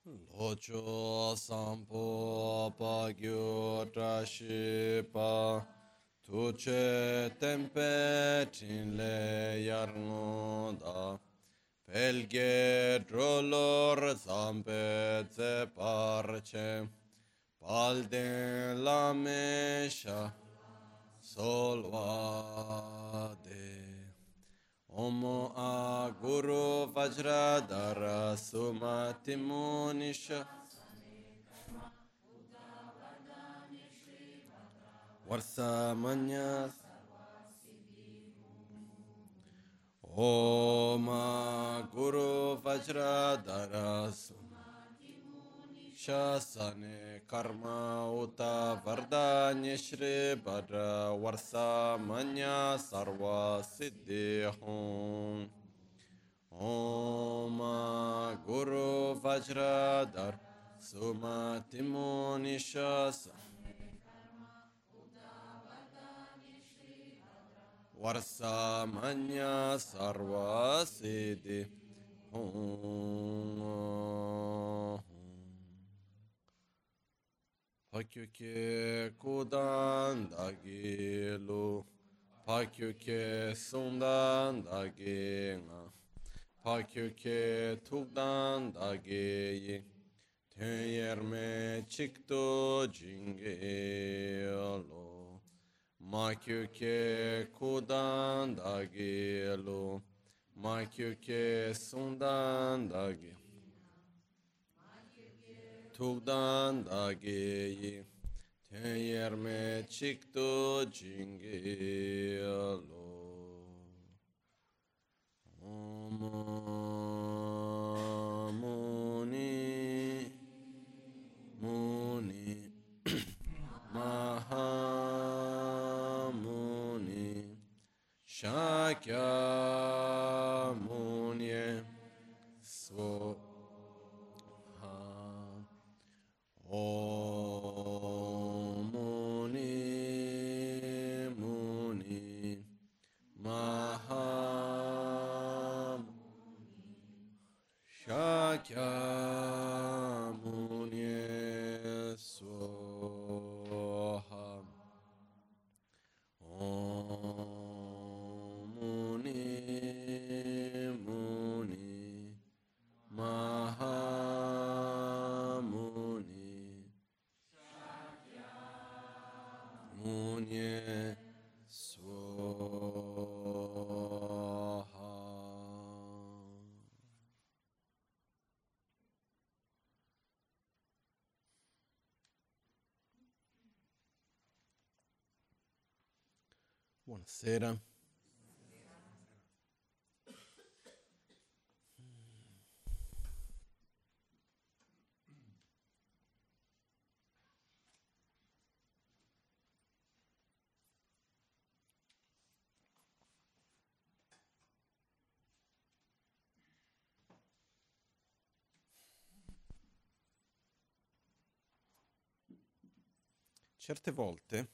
Locho sampo pagyo trashi pa tuche tempe tinle yarno da pelge drolor zampe ze parche palden la mesha solvade Omo a Guru Vajradhara Sumati Munisha Varsa Manyas Om Guru Vajradhara Shasane Karma Uta Vardanya Shri Bhadra Varsa Manya Sarva Siddhi Hum Om Guru Vajradhar Sumati Munishasa Varsa Manya Sarva Siddhi Om Pakyuke Kudan Dagilu Pakyuke Sundan Daginga Pakyuke Tugdan Dageyi Tenyerme Chikto Jingelo Makyuke Kudan Dagilu Makyuke Sundan Dageyi Tugdan Dageyi Tenyerme Chikto Jingelo Om Muni Muni Mahamuni Shakya Munye Svoha Om Muni Muni Mahamuni Shakyamuni Swaha Om Muni Muni Mahamuni Muni Swaha. Buonasera. Certe volte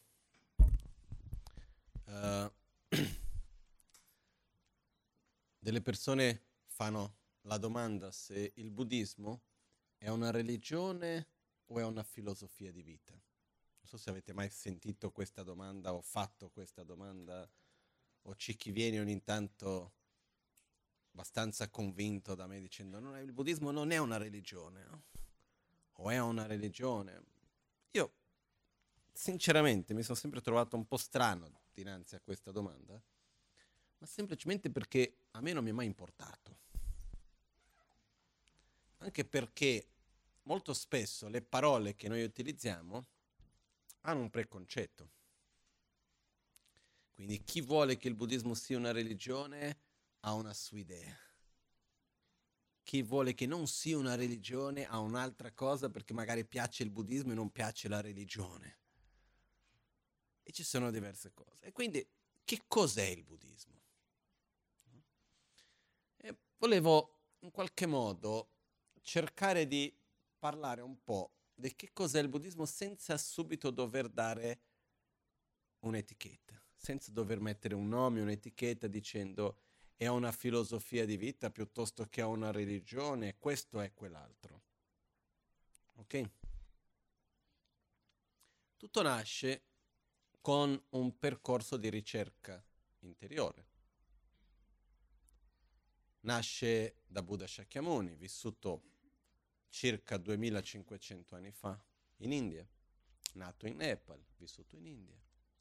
delle persone fanno la domanda se il buddismo è una religione o è una filosofia di vita. Non so se avete mai sentito questa domanda o fatto questa domanda, o c'è chi viene ogni tanto abbastanza convinto da me dicendo no, il buddismo non è una religione, no? O è una religione. Io sinceramente mi sono sempre trovato un po' strano dinanzi a questa domanda, ma semplicemente perché a me non mi è mai importato. Anche perché molto spesso le parole che noi utilizziamo hanno un preconcetto. Quindi chi vuole che il buddismo sia una religione ha una sua idea. Chi vuole che non sia una religione ha un'altra cosa perché magari piace il buddismo e non piace la religione. E ci sono diverse cose. E quindi che cos'è il buddismo? E volevo in qualche modo cercare di parlare un po' di che cos'è il buddismo senza subito dover dare un'etichetta, senza dover mettere un nome, un'etichetta dicendo è una filosofia di vita piuttosto che una religione, questo è quell'altro. Ok? Tutto nasce con un percorso di ricerca interiore. Nasce da Buddha Shakyamuni, vissuto circa 2500 anni fa in India, nato in Nepal, vissuto in India.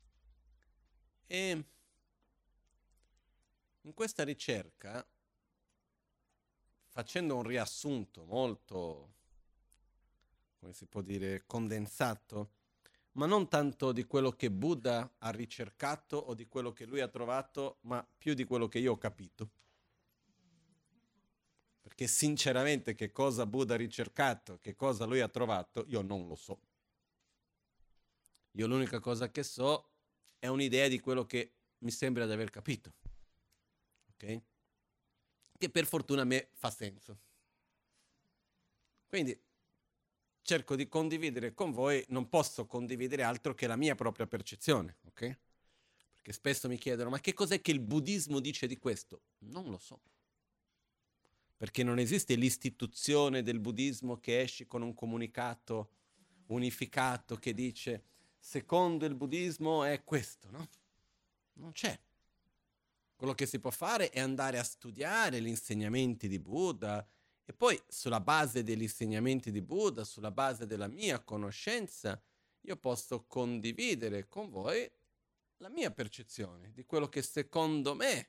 E in questa ricerca, facendo un riassunto molto, come si può dire, condensato, ma non tanto di quello che Buddha ha ricercato o di quello che lui ha trovato, ma più di quello che io ho capito. Perché sinceramente che cosa Buddha ha ricercato, che cosa lui ha trovato, io non lo so. Io l'unica cosa che so è un'idea di quello che mi sembra di aver capito. Ok? Che per fortuna a me fa senso. Quindi cerco di condividere con voi, non posso condividere altro che la mia propria percezione, ok? Perché spesso mi chiedono, ma che cos'è che il buddismo dice di questo? Non lo so. Perché non esiste l'istituzione del buddismo che esce con un comunicato unificato che dice, secondo il buddismo è questo, no? Non c'è. Quello che si può fare è andare a studiare gli insegnamenti di Buddha e poi sulla base degli insegnamenti di Buddha, sulla base della mia conoscenza, io posso condividere con voi la mia percezione di quello che secondo me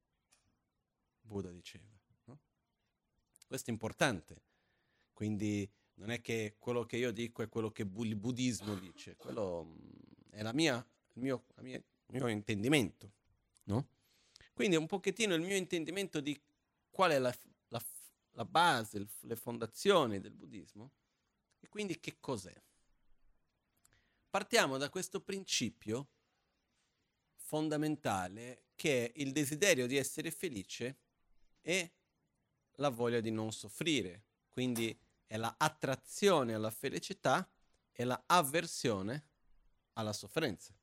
Buddha diceva. No? Questo è importante. Quindi non è che quello che io dico è quello che il buddismo dice, quello è il mio intendimento, no? Quindi è un pochettino il mio intendimento di qual è la base, le fondazioni del buddismo e quindi che cos'è. Partiamo da questo principio fondamentale che è il desiderio di essere felice e la voglia di non soffrire, quindi è la attrazione alla felicità e la avversione alla sofferenza,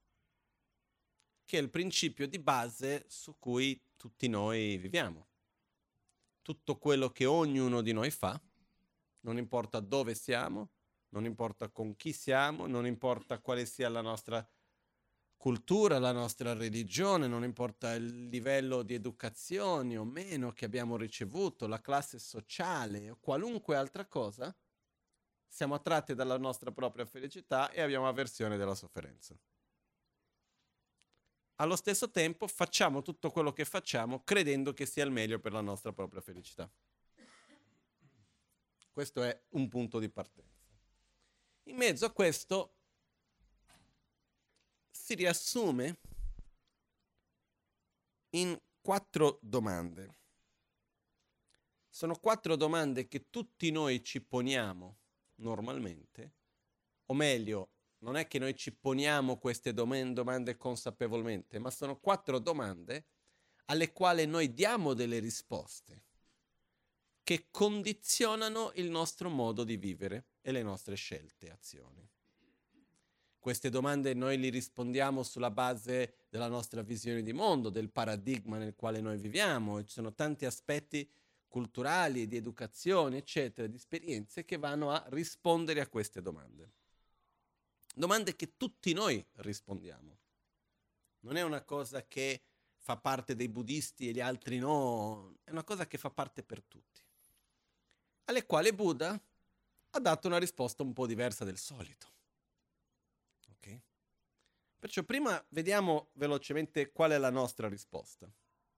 che è il principio di base su cui tutti noi viviamo. Tutto quello che ognuno di noi fa, non importa dove siamo, non importa con chi siamo, non importa quale sia la nostra cultura, la nostra religione, non importa il livello di educazione o meno che abbiamo ricevuto, la classe sociale o qualunque altra cosa, siamo attratti dalla nostra propria felicità e abbiamo avversione della sofferenza. Allo stesso tempo facciamo tutto quello che facciamo credendo che sia il meglio per la nostra propria felicità. Questo è un punto di partenza. In mezzo a questo si riassume in 4 domande. Sono 4 domande che tutti noi ci poniamo normalmente, o meglio, non è che noi ci poniamo queste domande consapevolmente, ma sono 4 domande alle quali noi diamo delle risposte che condizionano il nostro modo di vivere e le nostre scelte e azioni. Queste domande noi li rispondiamo sulla base della nostra visione di mondo, del paradigma nel quale noi viviamo, e ci sono tanti aspetti culturali, di educazione, eccetera, di esperienze che vanno a rispondere a queste domande. Domande che tutti noi rispondiamo. Non è una cosa che fa parte dei buddisti e gli altri no, è una cosa che fa parte per tutti. Alle quali Buddha ha dato una risposta un po' diversa del solito. Ok? Perciò prima vediamo velocemente qual è la nostra risposta.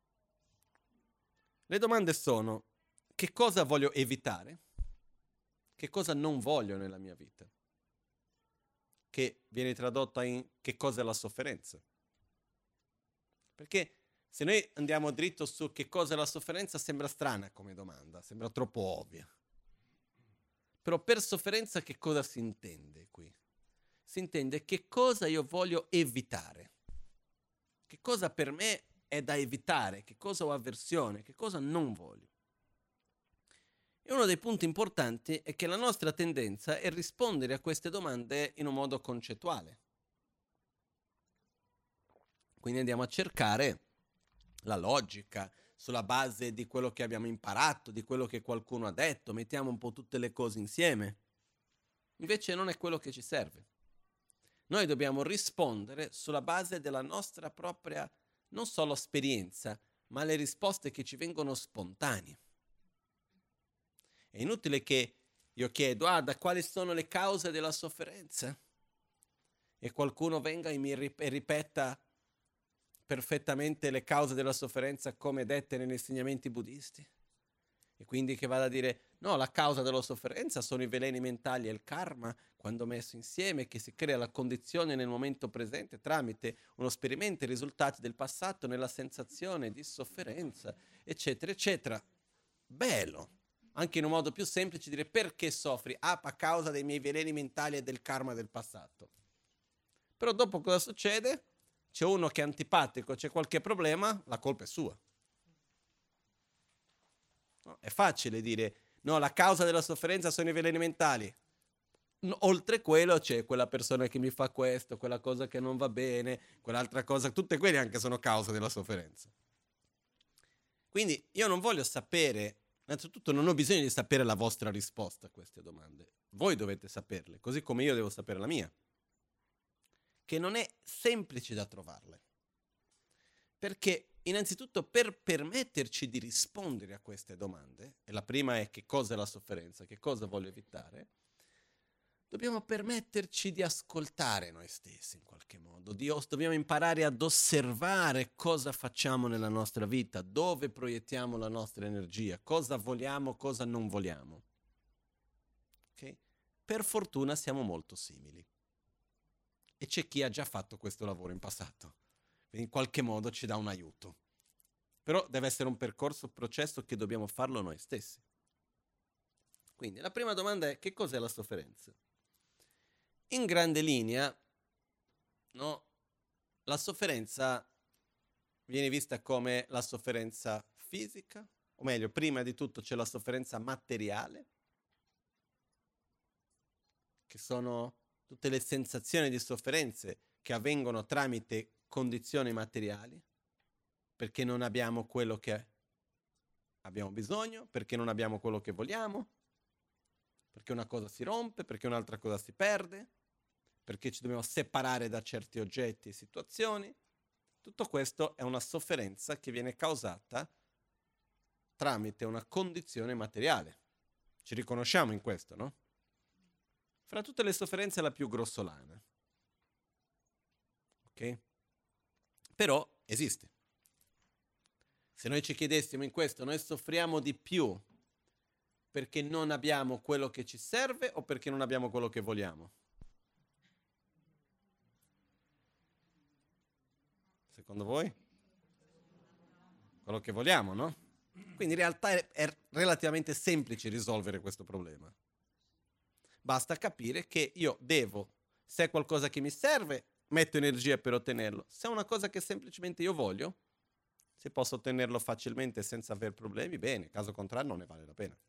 Le domande sono: che cosa voglio evitare? Che cosa non voglio nella mia vita? Che viene tradotta in che cosa è la sofferenza. Perché se noi andiamo dritto su che cosa è la sofferenza sembra strana come domanda, sembra troppo ovvia. Però per sofferenza che cosa si intende qui? Si intende che cosa io voglio evitare. Che cosa per me è da evitare, che cosa ho avversione, che cosa non voglio. E uno dei punti importanti è che la nostra tendenza è rispondere a queste domande in un modo concettuale. Quindi andiamo a cercare la logica sulla base di quello che abbiamo imparato, di quello che qualcuno ha detto, mettiamo un po' tutte le cose insieme. invece non è quello che ci serve. Noi dobbiamo rispondere sulla base della nostra propria, non solo esperienza, ma le risposte che ci vengono spontanee. È inutile che io chiedo, da quali sono le cause della sofferenza? E qualcuno venga e mi ripeta perfettamente le cause della sofferenza come dette negli insegnamenti buddisti. E quindi che vada a dire, no, la causa della sofferenza sono i veleni mentali e il karma, quando messo insieme, che si crea la condizione nel momento presente tramite uno sperimento, i risultati del passato nella sensazione di sofferenza, eccetera, eccetera. Bello! Anche in un modo più semplice dire perché soffri? A causa dei miei veleni mentali e del karma del passato. Però dopo cosa succede? C'è uno che è antipatico, c'è qualche problema, la colpa è sua. No, è facile dire, no, la causa della sofferenza sono i veleni mentali. Oltre quello c'è quella persona che mi fa questo, quella cosa che non va bene, quell'altra cosa, tutte quelle anche sono cause della sofferenza. Quindi io non voglio sapere, innanzitutto non ho bisogno di sapere la vostra risposta a queste domande. Voi dovete saperle, così come io devo sapere la mia. Che non è semplice da trovarle. Perché innanzitutto per permetterci di rispondere a queste domande, e la prima è che cosa è la sofferenza, che cosa voglio evitare, dobbiamo permetterci di ascoltare noi stessi in qualche modo, dobbiamo imparare ad osservare cosa facciamo nella nostra vita, dove proiettiamo la nostra energia, cosa vogliamo, cosa non vogliamo. Okay? Per fortuna siamo molto simili. E c'è chi ha già fatto questo lavoro in passato. In qualche modo ci dà un aiuto. Però deve essere un percorso, un processo che dobbiamo farlo noi stessi. Quindi la prima domanda è: che cos'è la sofferenza? In grande linea, no, la sofferenza viene vista come la sofferenza fisica, o meglio, prima di tutto c'è la sofferenza materiale, che sono tutte le sensazioni di sofferenze che avvengono tramite condizioni materiali, perché non abbiamo quello che abbiamo bisogno, perché non abbiamo quello che vogliamo, perché una cosa si rompe, perché un'altra cosa si perde, perché ci dobbiamo separare da certi oggetti e situazioni. Tutto questo è una sofferenza che viene causata tramite una condizione materiale. Ci riconosciamo in questo, no? Fra tutte le sofferenze è la più grossolana. Ok? Però esiste. Se noi ci chiedessimo in questo, noi soffriamo di più perché non abbiamo quello che ci serve o perché non abbiamo quello che vogliamo? Secondo voi? Quello che vogliamo, no? Quindi in realtà è relativamente semplice risolvere questo problema. Basta capire che io devo, se è qualcosa che mi serve, metto energia per ottenerlo. Se è una cosa che semplicemente io voglio, se posso ottenerlo facilmente senza aver problemi, bene, caso contrario non ne vale la pena.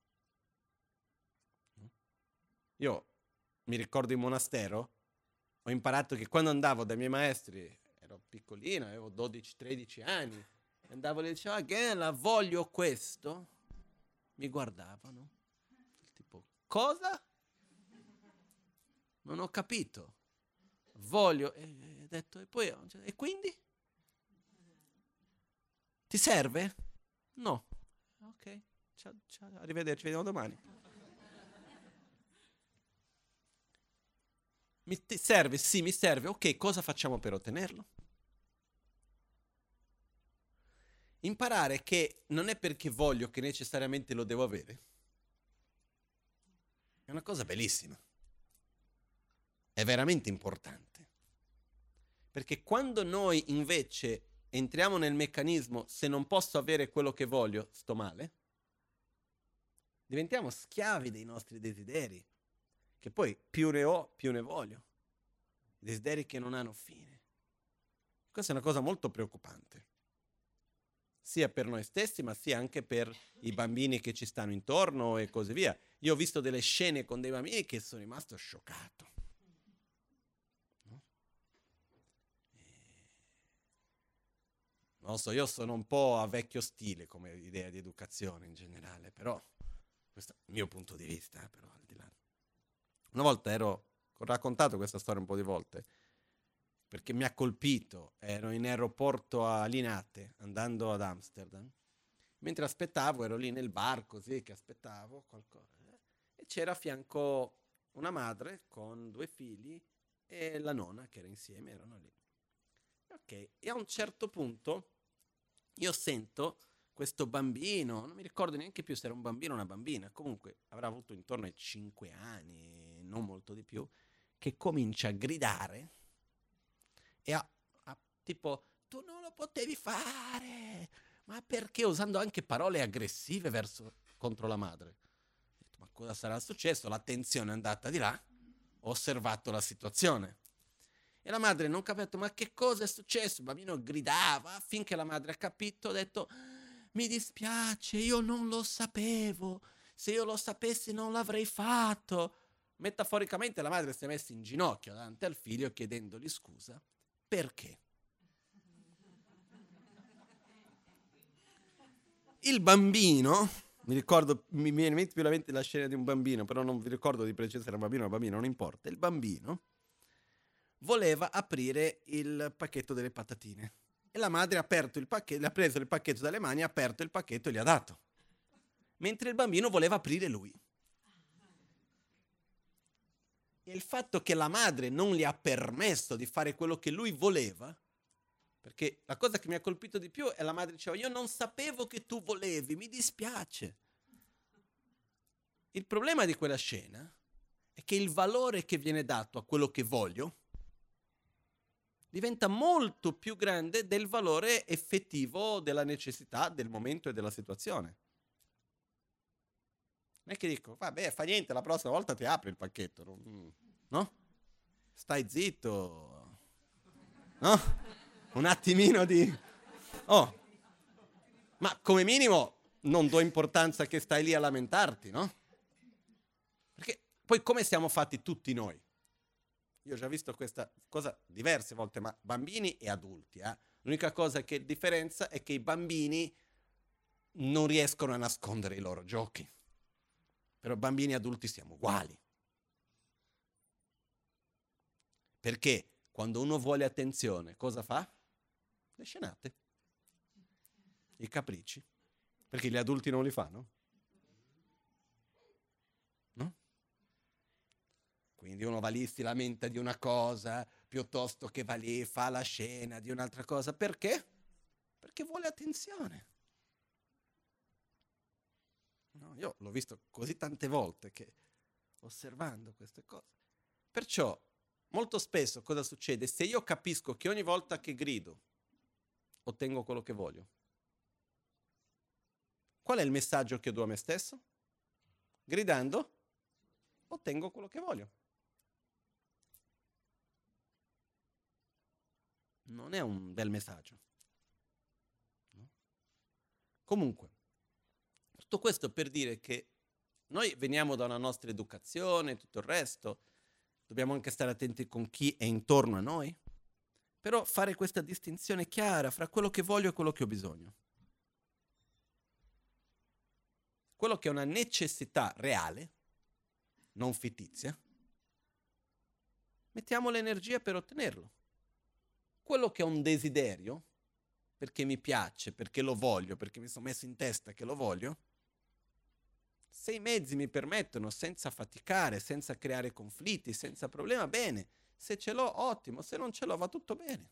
Io mi ricordo in monastero, ho imparato che quando andavo dai miei maestri, ero piccolino, avevo 12-13 anni, andavo e gli dicevo, Gela, voglio questo. Mi guardavano, tipo, cosa? Non ho capito. Voglio, e ho detto, e poi, e quindi? Ti serve? No. Ok, ciao, arrivederci, vediamo domani. Ti serve? Sì, mi serve. Ok, cosa facciamo per ottenerlo? Imparare che non è perché voglio che necessariamente lo devo avere. È una cosa bellissima. È veramente importante. Perché quando noi invece entriamo nel meccanismo, se non posso avere quello che voglio, sto male, diventiamo schiavi dei nostri desideri, che poi più ne ho, più ne voglio. Desideri che non hanno fine. Questa è una cosa molto preoccupante, sia per noi stessi, ma sia anche per i bambini che ci stanno intorno e così via. Io ho visto delle scene con dei bambini che sono rimasto scioccato. No? Non so, io sono un po' a vecchio stile come idea di educazione in generale, però questo è il mio punto di vista, però al di là. Una volta ho raccontato questa storia un po' di volte, perché mi ha colpito. Ero in aeroporto a Linate, andando ad Amsterdam. Mentre aspettavo, ero lì nel bar, così che aspettavo qualcosa. E c'era a fianco una madre con 2 figli e la nonna che era insieme, erano lì. Ok, e a un certo punto io sento questo bambino, non mi ricordo neanche più se era un bambino o una bambina, comunque avrà avuto intorno ai 5 anni, non molto di più, che comincia a gridare e tipo, tu non lo potevi fare, ma perché? Usando anche parole aggressive contro la madre. Ho detto, ma cosa sarà successo? L'attenzione è andata di là, ho osservato la situazione. E la madre non capito, ma che cosa è successo? Il bambino gridava, finché la madre ha capito, ha detto, mi dispiace, io non lo sapevo, se io lo sapessi non l'avrei fatto. Metaforicamente la madre si è messa in ginocchio davanti al figlio chiedendogli scusa. Perché? Il bambino, mi viene in mente più la mente la scena di un bambino, però non vi ricordo di preciso se era un bambino o una bambina, non importa. Il bambino voleva aprire il pacchetto delle patatine e la madre ha aperto il pacchetto, le ha preso il pacchetto dalle mani, ha aperto il pacchetto e gli ha dato. Mentre il bambino voleva aprire lui. E il fatto che la madre non gli ha permesso di fare quello che lui voleva, perché la cosa che mi ha colpito di più è la madre diceva, io non sapevo che tu volevi, mi dispiace. Il problema di quella scena è che il valore che viene dato a quello che voglio diventa molto più grande del valore effettivo della necessità del momento e della situazione. Non è che dico, vabbè, fa niente, la prossima volta ti apri il pacchetto, no? Stai zitto, no? Un attimino di... Oh, ma come minimo non do importanza che stai lì a lamentarti, no? Perché poi come siamo fatti tutti noi? Io ho già visto questa cosa diverse volte, ma bambini e adulti. L'unica cosa che differenza è che i bambini non riescono a nascondere i loro giochi. Però bambini e adulti siamo uguali. Perché quando uno vuole attenzione, cosa fa? Le scenate. I capricci. Perché gli adulti non li fanno? No? Quindi uno va lì, si lamenta di una cosa, piuttosto che va lì, fa la scena di un'altra cosa. Perché? Perché vuole attenzione. No, io l'ho visto così tante volte che osservando queste cose. Perciò, molto spesso cosa succede? Se io capisco che ogni volta che grido ottengo quello che voglio, qual è il messaggio che do a me stesso? Gridando ottengo quello che voglio. Non è un bel messaggio. No? Comunque, tutto questo per dire che noi veniamo da una nostra educazione e tutto il resto, dobbiamo anche stare attenti con chi è intorno a noi, però fare questa distinzione chiara fra quello che voglio e quello che ho bisogno. Quello che è una necessità reale, non fittizia, mettiamo l'energia per ottenerlo. Quello che è un desiderio, perché mi piace, perché lo voglio, perché mi sono messo in testa che lo voglio, se i mezzi mi permettono, senza faticare, senza creare conflitti, senza problema, bene. Se ce l'ho, ottimo. Se non ce l'ho, va tutto bene.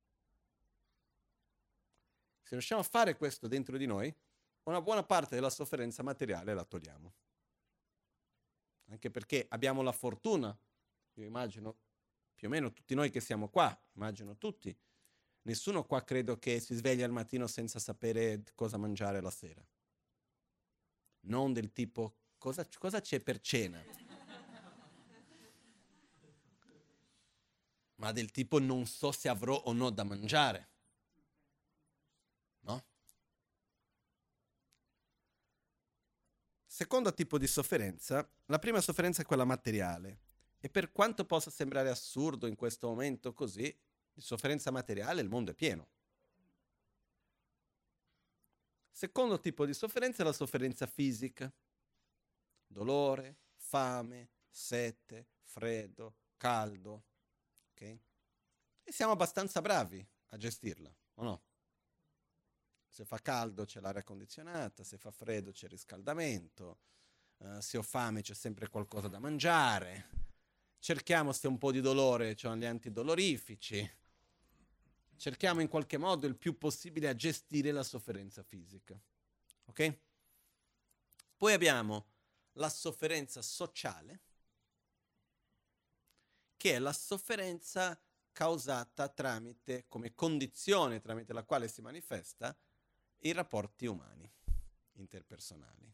Se riusciamo a fare questo dentro di noi, una buona parte della sofferenza materiale la togliamo. Anche perché abbiamo la fortuna, io immagino, più o meno tutti noi che siamo qua, immagino tutti, nessuno qua credo che si sveglia al mattino senza sapere cosa mangiare la sera. Non del tipo, cosa c'è per cena? Ma del tipo, non so se avrò o no da mangiare. No? Secondo tipo di sofferenza, la prima sofferenza è quella materiale. E per quanto possa sembrare assurdo in questo momento così, di sofferenza materiale il mondo è pieno. Secondo tipo di sofferenza è la sofferenza fisica. Dolore, fame, sete, freddo, caldo, ok? E siamo abbastanza bravi a gestirla, o no? Se fa caldo c'è l'aria condizionata, se fa freddo c'è il riscaldamento, se ho fame c'è sempre qualcosa da mangiare, cerchiamo se ho un po' di dolore, c'ho gli antidolorifici, cerchiamo in qualche modo il più possibile a gestire la sofferenza fisica, ok? Poi abbiamo la sofferenza sociale, che è la sofferenza causata tramite, come condizione tramite la quale si manifesta, i rapporti umani, interpersonali.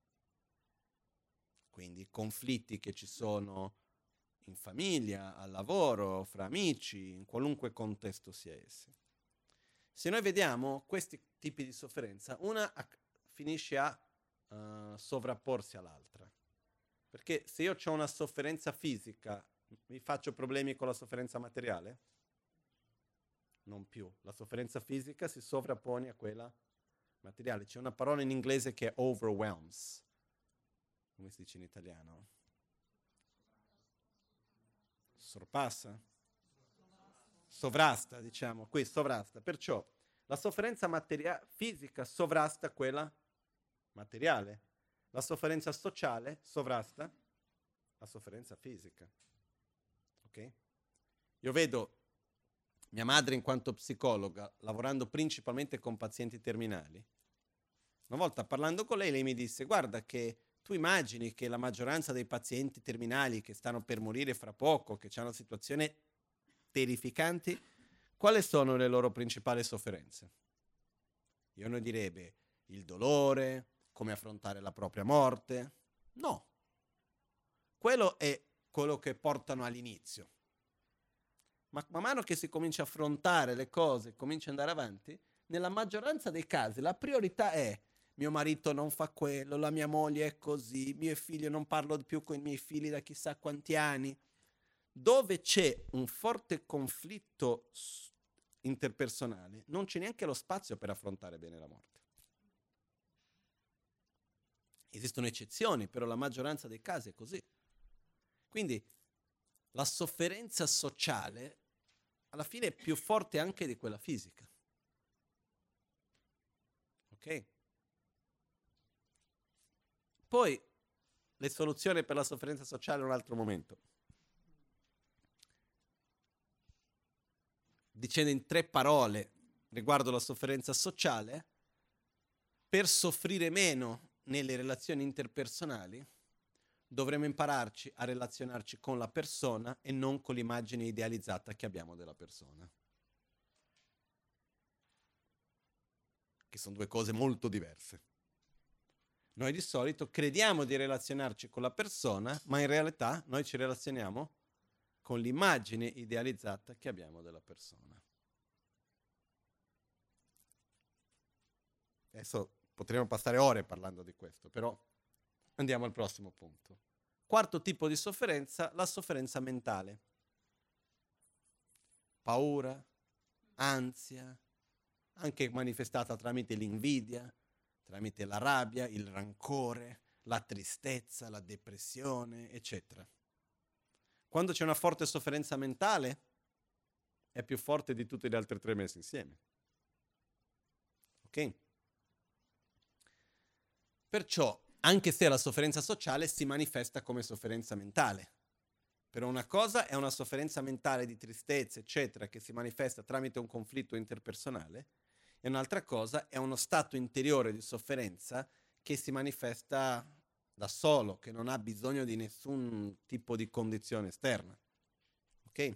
Quindi conflitti che ci sono in famiglia, al lavoro, fra amici, in qualunque contesto sia essi. Se noi vediamo questi tipi di sofferenza, una finisce a sovrapporsi all'altra. Perché se io ho una sofferenza fisica, mi faccio problemi con la sofferenza materiale? Non più. La sofferenza fisica si sovrappone a quella materiale. C'è una parola in inglese che è overwhelms. Come si dice in italiano? Sorpassa? Sovrasta, diciamo. Qui sovrasta. Perciò la sofferenza fisica sovrasta quella materiale. La sofferenza sociale sovrasta la sofferenza fisica. Ok? Io vedo mia madre in quanto psicologa, lavorando principalmente con pazienti terminali. Una volta parlando con lei mi disse: guarda che tu immagini che la maggioranza dei pazienti terminali che stanno per morire fra poco, che hanno situazioni terrificanti, quali sono le loro principali sofferenze? Io non direbbe il dolore, come affrontare la propria morte. No. Quello è quello che portano all'inizio. Ma man mano che si comincia a affrontare le cose, comincia ad andare avanti, nella maggioranza dei casi la priorità è: mio marito non fa quello, la mia moglie è così, mio figlio non parlo più con i miei figli da chissà quanti anni. Dove c'è un forte conflitto interpersonale, non c'è neanche lo spazio per affrontare bene la morte. Esistono eccezioni, però la maggioranza dei casi è così. Quindi la sofferenza sociale alla fine è più forte anche di quella fisica. Ok? Poi le soluzioni per la sofferenza sociale è un altro momento. Dicendo in 3 parole riguardo la sofferenza sociale, per soffrire meno nelle relazioni interpersonali dovremmo impararci a relazionarci con la persona e non con l'immagine idealizzata che abbiamo della persona. Che sono 2 cose molto diverse. Noi di solito crediamo di relazionarci con la persona, ma in realtà noi ci relazioniamo con l'immagine idealizzata che abbiamo della persona. Adesso potremmo passare ore parlando di questo, però andiamo al prossimo punto. Quarto tipo di sofferenza, la sofferenza mentale. Paura, ansia, anche manifestata tramite l'invidia, tramite la rabbia, il rancore, la tristezza, la depressione, eccetera. Quando c'è una forte sofferenza mentale, è più forte di tutte le altre 3 messe insieme. Ok? Perciò, anche se la sofferenza sociale si manifesta come sofferenza mentale. Però una cosa è una sofferenza mentale di tristezza, eccetera, che si manifesta tramite un conflitto interpersonale, e un'altra cosa è uno stato interiore di sofferenza che si manifesta da solo, che non ha bisogno di nessun tipo di condizione esterna. Ok?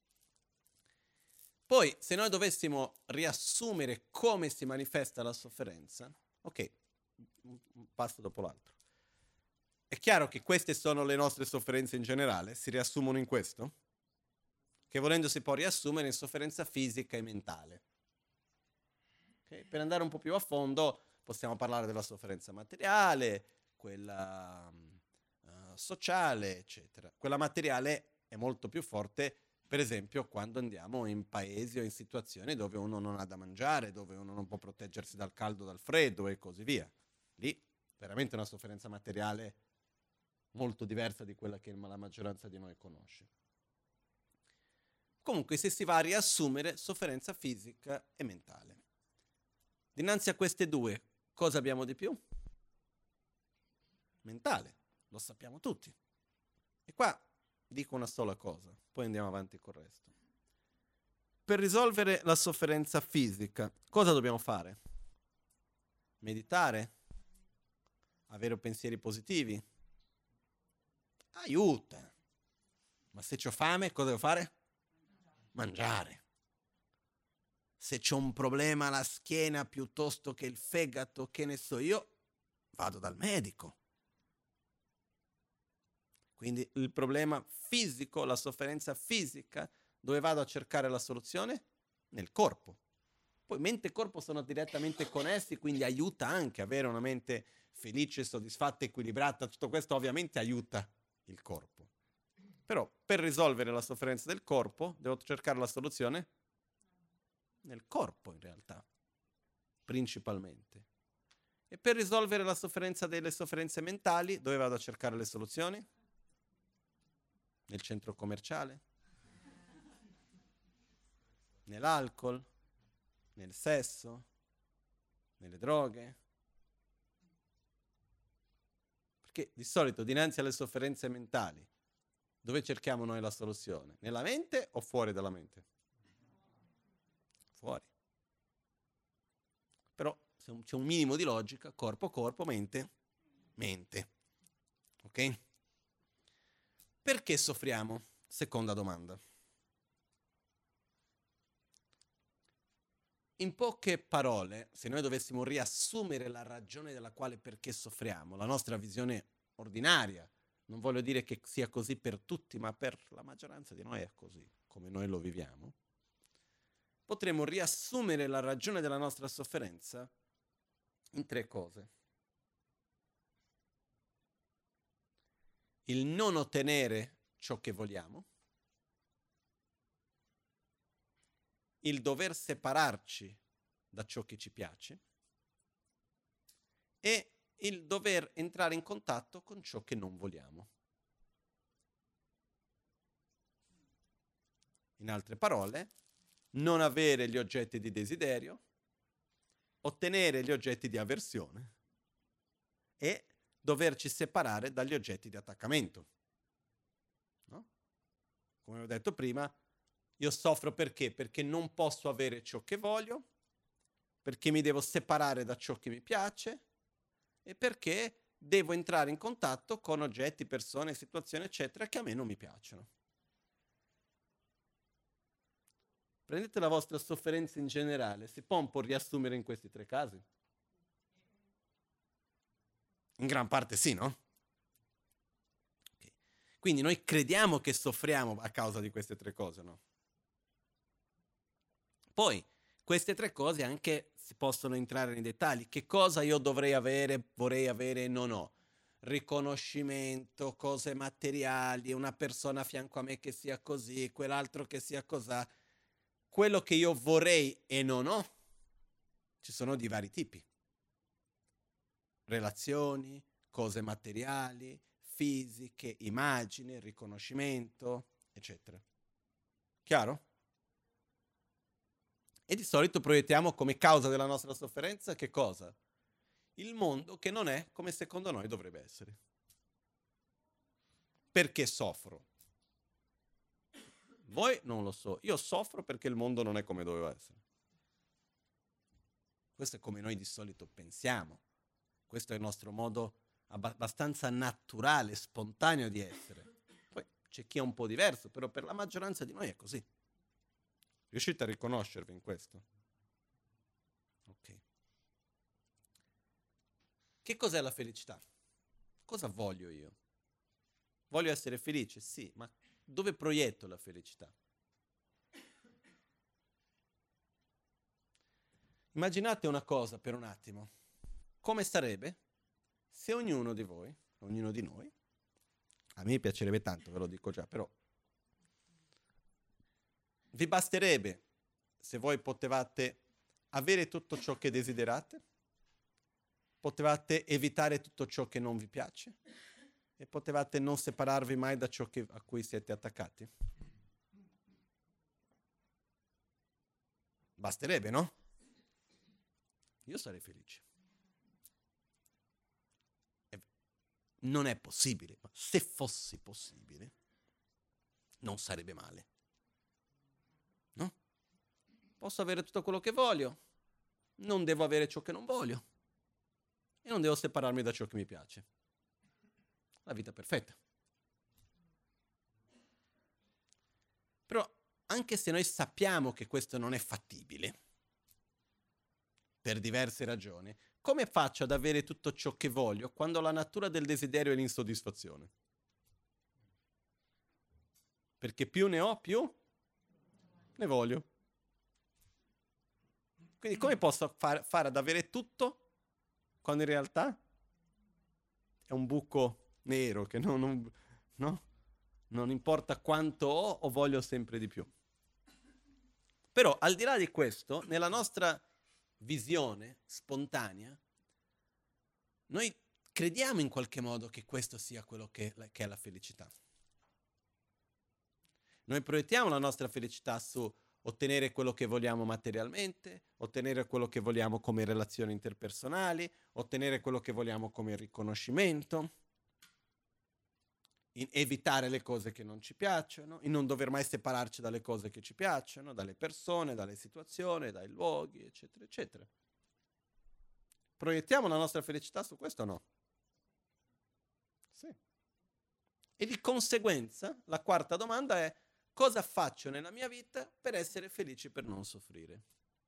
Poi, se noi dovessimo riassumere come si manifesta la sofferenza, ok, un passo dopo l'altro. È chiaro che queste sono le nostre sofferenze in generale, si riassumono in questo, che volendo si può riassumere in sofferenza fisica e mentale. Okay? Per andare un po' più a fondo possiamo parlare della sofferenza materiale, quella sociale, eccetera. Quella materiale è molto più forte, per esempio, quando andiamo in paesi o in situazioni dove uno non ha da mangiare, dove uno non può proteggersi dal caldo, dal freddo e così via. Lì veramente una sofferenza materiale molto diversa di quella che la maggioranza di noi conosce. Comunque, se si va a riassumere, sofferenza fisica e mentale. Dinanzi a queste due, cosa abbiamo di più? Mentale, lo sappiamo tutti. E qua dico una sola cosa, poi andiamo avanti col resto. Per risolvere la sofferenza fisica, cosa dobbiamo fare? Meditare? Avere pensieri positivi? Aiuta! Ma se c'ho fame, cosa devo fare? Mangiare. Se c'ho un problema alla schiena piuttosto che il fegato, che ne so io, vado dal medico. Quindi il problema fisico, la sofferenza fisica, dove vado a cercare la soluzione? Nel corpo. Poi mente e corpo sono direttamente connessi, quindi aiuta anche avere una mente felice, soddisfatta, equilibrata. Tutto questo ovviamente aiuta il corpo. Però per risolvere la sofferenza del corpo devo cercare la soluzione nel corpo in realtà, principalmente. E per risolvere la sofferenza delle sofferenze mentali, dove vado a cercare le soluzioni? Nel centro commerciale? Nell'alcol? Nel sesso? Nelle droghe? Perché di solito dinanzi alle sofferenze mentali, dove cerchiamo noi la soluzione? Nella mente o fuori dalla mente? Fuori. Però se c'è un minimo di logica, corpo, corpo, mente, mente. Ok? Perché soffriamo? Seconda domanda. In poche parole, se noi dovessimo riassumere la ragione della quale perché soffriamo, la nostra visione ordinaria, non voglio dire che sia così per tutti, ma per la maggioranza di noi è così, come noi lo viviamo, potremmo riassumere la ragione della nostra sofferenza in 3 cose. Il non ottenere ciò che vogliamo, il dover separarci da ciò che ci piace e il dover entrare in contatto con ciò che non vogliamo. In altre parole, non avere gli oggetti di desiderio, ottenere gli oggetti di avversione e doverci separare dagli oggetti di attaccamento. No? Come ho detto prima, io soffro perché? Perché non posso avere ciò che voglio, perché mi devo separare da ciò che mi piace e perché devo entrare in contatto con oggetti, persone, situazioni, eccetera, che a me non mi piacciono. Prendete la vostra sofferenza in generale, si può un po' riassumere in questi 3 casi? In gran parte sì, no? Okay. Quindi noi crediamo che soffriamo a causa di queste 3 cose, no? Poi, queste 3 cose anche si possono entrare nei dettagli. Che cosa io dovrei avere, vorrei avere e non ho? Riconoscimento, cose materiali, una persona a fianco a me che sia così, quell'altro che sia così. Quello che io vorrei e non ho, ci sono di vari tipi. Relazioni, cose materiali, fisiche, immagini, riconoscimento, eccetera. Chiaro? E di solito proiettiamo come causa della nostra sofferenza che cosa? Il mondo che non è come secondo noi dovrebbe essere. Perché soffro? Voi non lo so, io soffro perché il mondo non è come doveva essere. Questo è come noi di solito pensiamo. Questo è il nostro modo abbastanza naturale, spontaneo di essere. Poi c'è chi è un po' diverso, però per la maggioranza di noi è così. Riuscite a riconoscervi in questo? Ok. Che cos'è la felicità? Cosa voglio io? Voglio essere felice? Sì, ma dove proietto la felicità? Immaginate una cosa per un attimo. Come sarebbe se ognuno di voi, ognuno di noi, a me piacerebbe tanto, ve lo dico già, però vi basterebbe se voi potevate avere tutto ciò che desiderate, potevate evitare tutto ciò che non vi piace e potevate non separarvi mai da ciò a cui siete attaccati? Basterebbe, no? Io sarei felice. Non è possibile, ma se fosse possibile, non sarebbe male. No? Posso avere tutto quello che voglio, non devo avere ciò che non voglio e non devo separarmi da ciò che mi piace. La vita perfetta. Però anche se noi sappiamo che questo non è fattibile, per diverse ragioni, come faccio ad avere tutto ciò che voglio quando la natura del desiderio è l'insoddisfazione? Perché più ne ho, più ne voglio. Quindi come posso fare ad avere tutto quando in realtà è un buco nero che no? Non importa quanto ho o voglio sempre di più. Però al di là di questo, nella nostra visione spontanea, noi crediamo in qualche modo che questo sia quello che è la felicità. Noi proiettiamo la nostra felicità su ottenere quello che vogliamo materialmente, ottenere quello che vogliamo come relazioni interpersonali, ottenere quello che vogliamo come riconoscimento, in evitare le cose che non ci piacciono, in non dover mai separarci dalle cose che ci piacciono, dalle persone, dalle situazioni, dai luoghi, eccetera, eccetera. Proiettiamo la nostra felicità su questo o no? Sì. E di conseguenza la quarta domanda è: cosa faccio nella mia vita per essere felici, per non soffrire?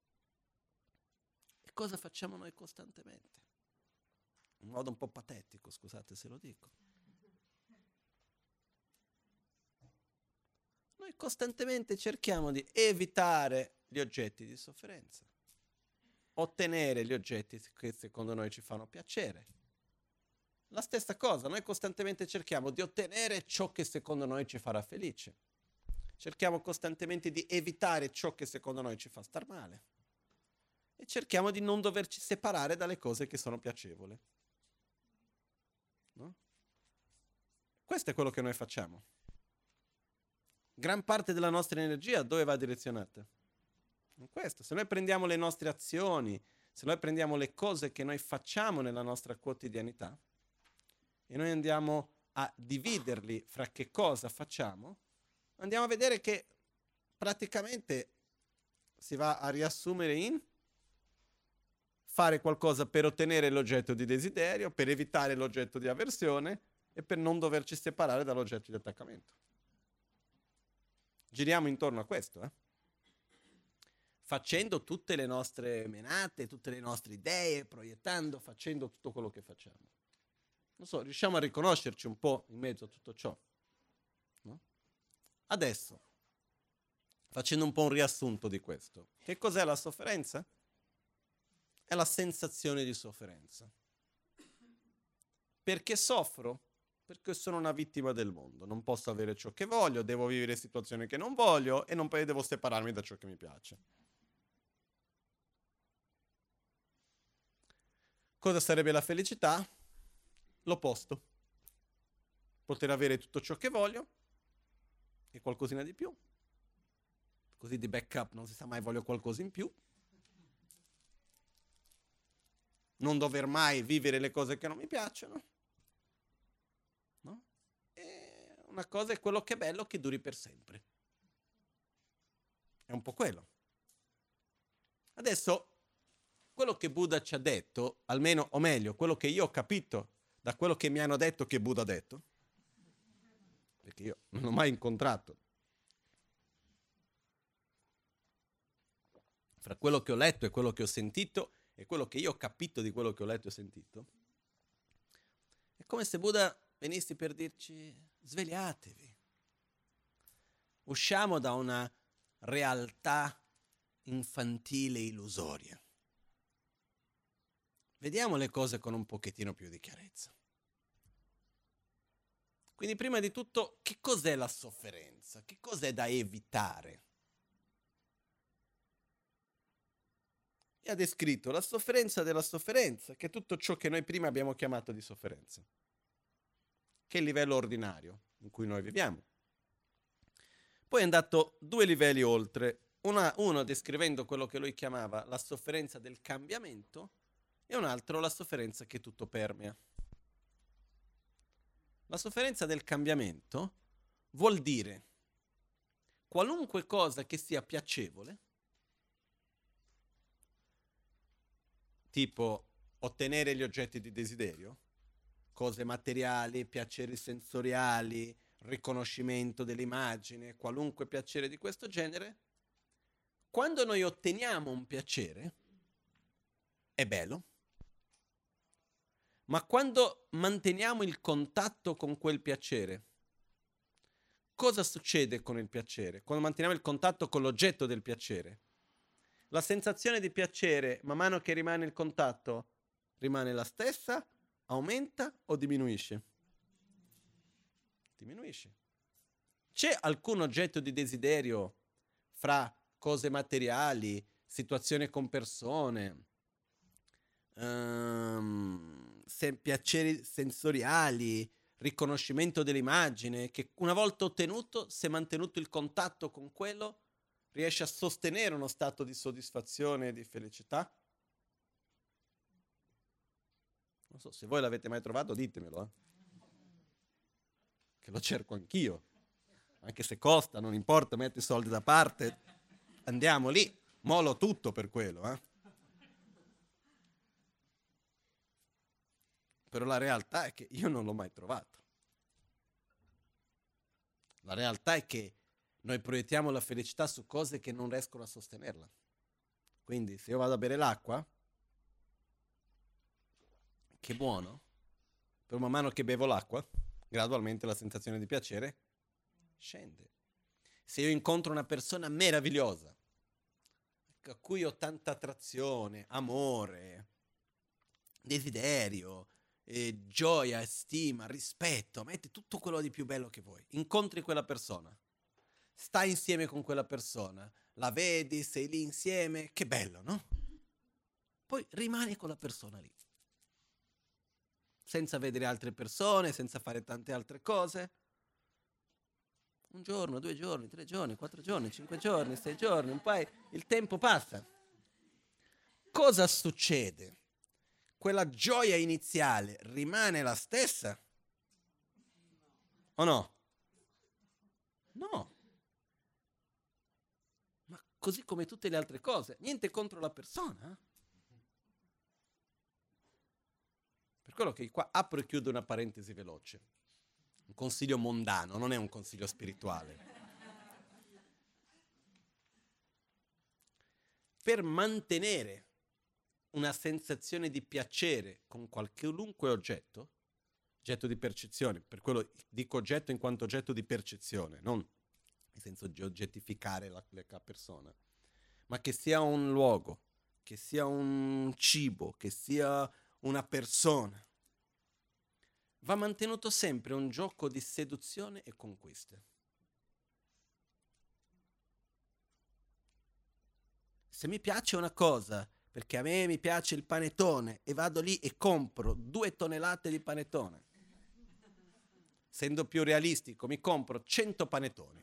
E cosa facciamo noi costantemente? In modo un po' patetico, scusate se lo dico. Noi costantemente cerchiamo di evitare gli oggetti di sofferenza, ottenere gli oggetti che secondo noi ci fanno piacere. La stessa cosa, noi costantemente cerchiamo di ottenere ciò che secondo noi ci farà felice. Cerchiamo costantemente di evitare ciò che secondo noi ci fa star male. E cerchiamo di non doverci separare dalle cose che sono piacevoli. No? Questo è quello che noi facciamo. Gran parte della nostra energia dove va direzionata? In questo. Se noi prendiamo le nostre azioni, se noi prendiamo le cose che noi facciamo nella nostra quotidianità e noi andiamo a dividerli fra che cosa facciamo, andiamo a vedere che praticamente si va a riassumere in fare qualcosa per ottenere l'oggetto di desiderio, per evitare l'oggetto di avversione e per non doverci separare dall'oggetto di attaccamento. Giriamo intorno a questo, facendo tutte le nostre menate, tutte le nostre idee, proiettando, facendo tutto quello che facciamo. Non so, riusciamo a riconoscerci un po' in mezzo a tutto ciò? No? Adesso, facendo un po' un riassunto di questo, che cos'è la sofferenza? È la sensazione di sofferenza. Perché soffro? Perché sono una vittima del mondo, non posso avere ciò che voglio, devo vivere situazioni che non voglio e non poi devo separarmi da ciò che mi piace. Cosa sarebbe la felicità? L'opposto. Poter avere tutto ciò che voglio e qualcosina di più. Così di backup non si sa mai, voglio qualcosa in più. Non dover mai vivere le cose che non mi piacciono. No? E una cosa è quello che è bello che duri per sempre. È un po' quello. Adesso, quello che Buddha ci ha detto, almeno, o meglio, quello che io ho capito da quello che mi hanno detto che Buddha ha detto, perché io non ho mai incontrato, fra quello che ho letto e quello che ho sentito e quello che io ho capito di quello che ho letto e sentito, è come se Buddha venisse per dirci: svegliatevi, usciamo da una realtà infantile illusoria, vediamo le cose con un pochettino più di chiarezza. Quindi prima di tutto, che cos'è la sofferenza? Che cos'è da evitare? E ha descritto la sofferenza della sofferenza, che è tutto ciò che noi prima abbiamo chiamato di sofferenza. che è il livello ordinario in cui noi viviamo. Poi è andato 2 livelli oltre, uno descrivendo quello che lui chiamava la sofferenza del cambiamento e un altro la sofferenza che tutto permea. La sofferenza del cambiamento vuol dire qualunque cosa che sia piacevole, tipo ottenere gli oggetti di desiderio, cose materiali, piaceri sensoriali, riconoscimento dell'immagine, qualunque piacere di questo genere, quando noi otteniamo un piacere, è bello, ma quando manteniamo il contatto con quel piacere, cosa succede con il piacere? Quando manteniamo il contatto con l'oggetto del piacere, la sensazione di piacere, man mano che rimane il contatto, rimane la stessa, aumenta o diminuisce? Diminuisce. C'è alcun oggetto di desiderio fra cose materiali, situazioni con persone, piaceri sensoriali, riconoscimento dell'immagine, che una volta ottenuto, se mantenuto il contatto con quello, riesce a sostenere uno stato di soddisfazione e di felicità? Non so, se voi l'avete mai trovato, ditemelo, che lo cerco anch'io. Anche se costa, non importa, metto i soldi da parte, andiamo lì, molo tutto per quello, Però la realtà è che io non l'ho mai trovato. La realtà è che noi proiettiamo la felicità su cose che non riescono a sostenerla. Quindi se io vado a bere l'acqua, che buono, per man mano che bevo l'acqua, gradualmente la sensazione di piacere scende. Se io incontro una persona meravigliosa, a cui ho tanta attrazione, amore, desiderio, gioia, stima, rispetto, metti tutto quello di più bello che vuoi, incontri quella persona, stai insieme con quella persona, la vedi, sei lì insieme, che bello, no? Poi rimani con la persona lì, senza vedere altre persone, senza fare tante altre cose. 1 giorno, 2 giorni, 3 giorni, 4 giorni, 5 giorni, 6 giorni, un paio, il tempo passa. Cosa succede? Quella gioia iniziale rimane la stessa? O no? No. Ma così come tutte le altre cose, niente contro la persona. Per quello che qua apro e chiudo una parentesi veloce. Un consiglio mondano, non è un consiglio spirituale. Per mantenere una sensazione di piacere con qualunque oggetto di percezione, per quello dico oggetto in quanto oggetto di percezione, non nel senso di oggettificare la persona, ma che sia un luogo, che sia un cibo, che sia una persona, va mantenuto sempre un gioco di seduzione e conquista. Se mi piace una cosa, perché a me mi piace il panettone e vado lì e compro 2 tonnellate di panettone, essendo più realistico, mi compro 100 panettoni.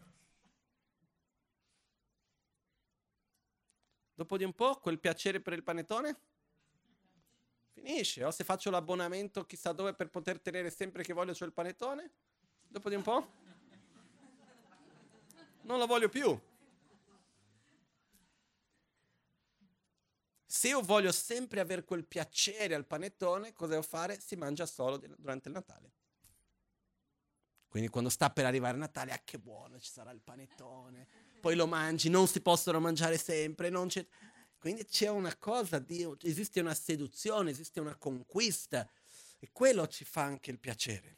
Dopo di un po', quel piacere per il panettone finisce. O se faccio l'abbonamento chissà dove per poter tenere sempre che voglio c'ho il panettone, dopo di un po' non lo voglio più. Se io voglio sempre avere quel piacere al panettone, cosa devo fare? Si mangia solo durante il Natale. Quindi quando sta per arrivare Natale, che buono, ci sarà il panettone, poi lo mangi, non si possono mangiare sempre, non c'è... Quindi c'è una cosa, esiste una seduzione, esiste una conquista e quello ci fa anche il piacere.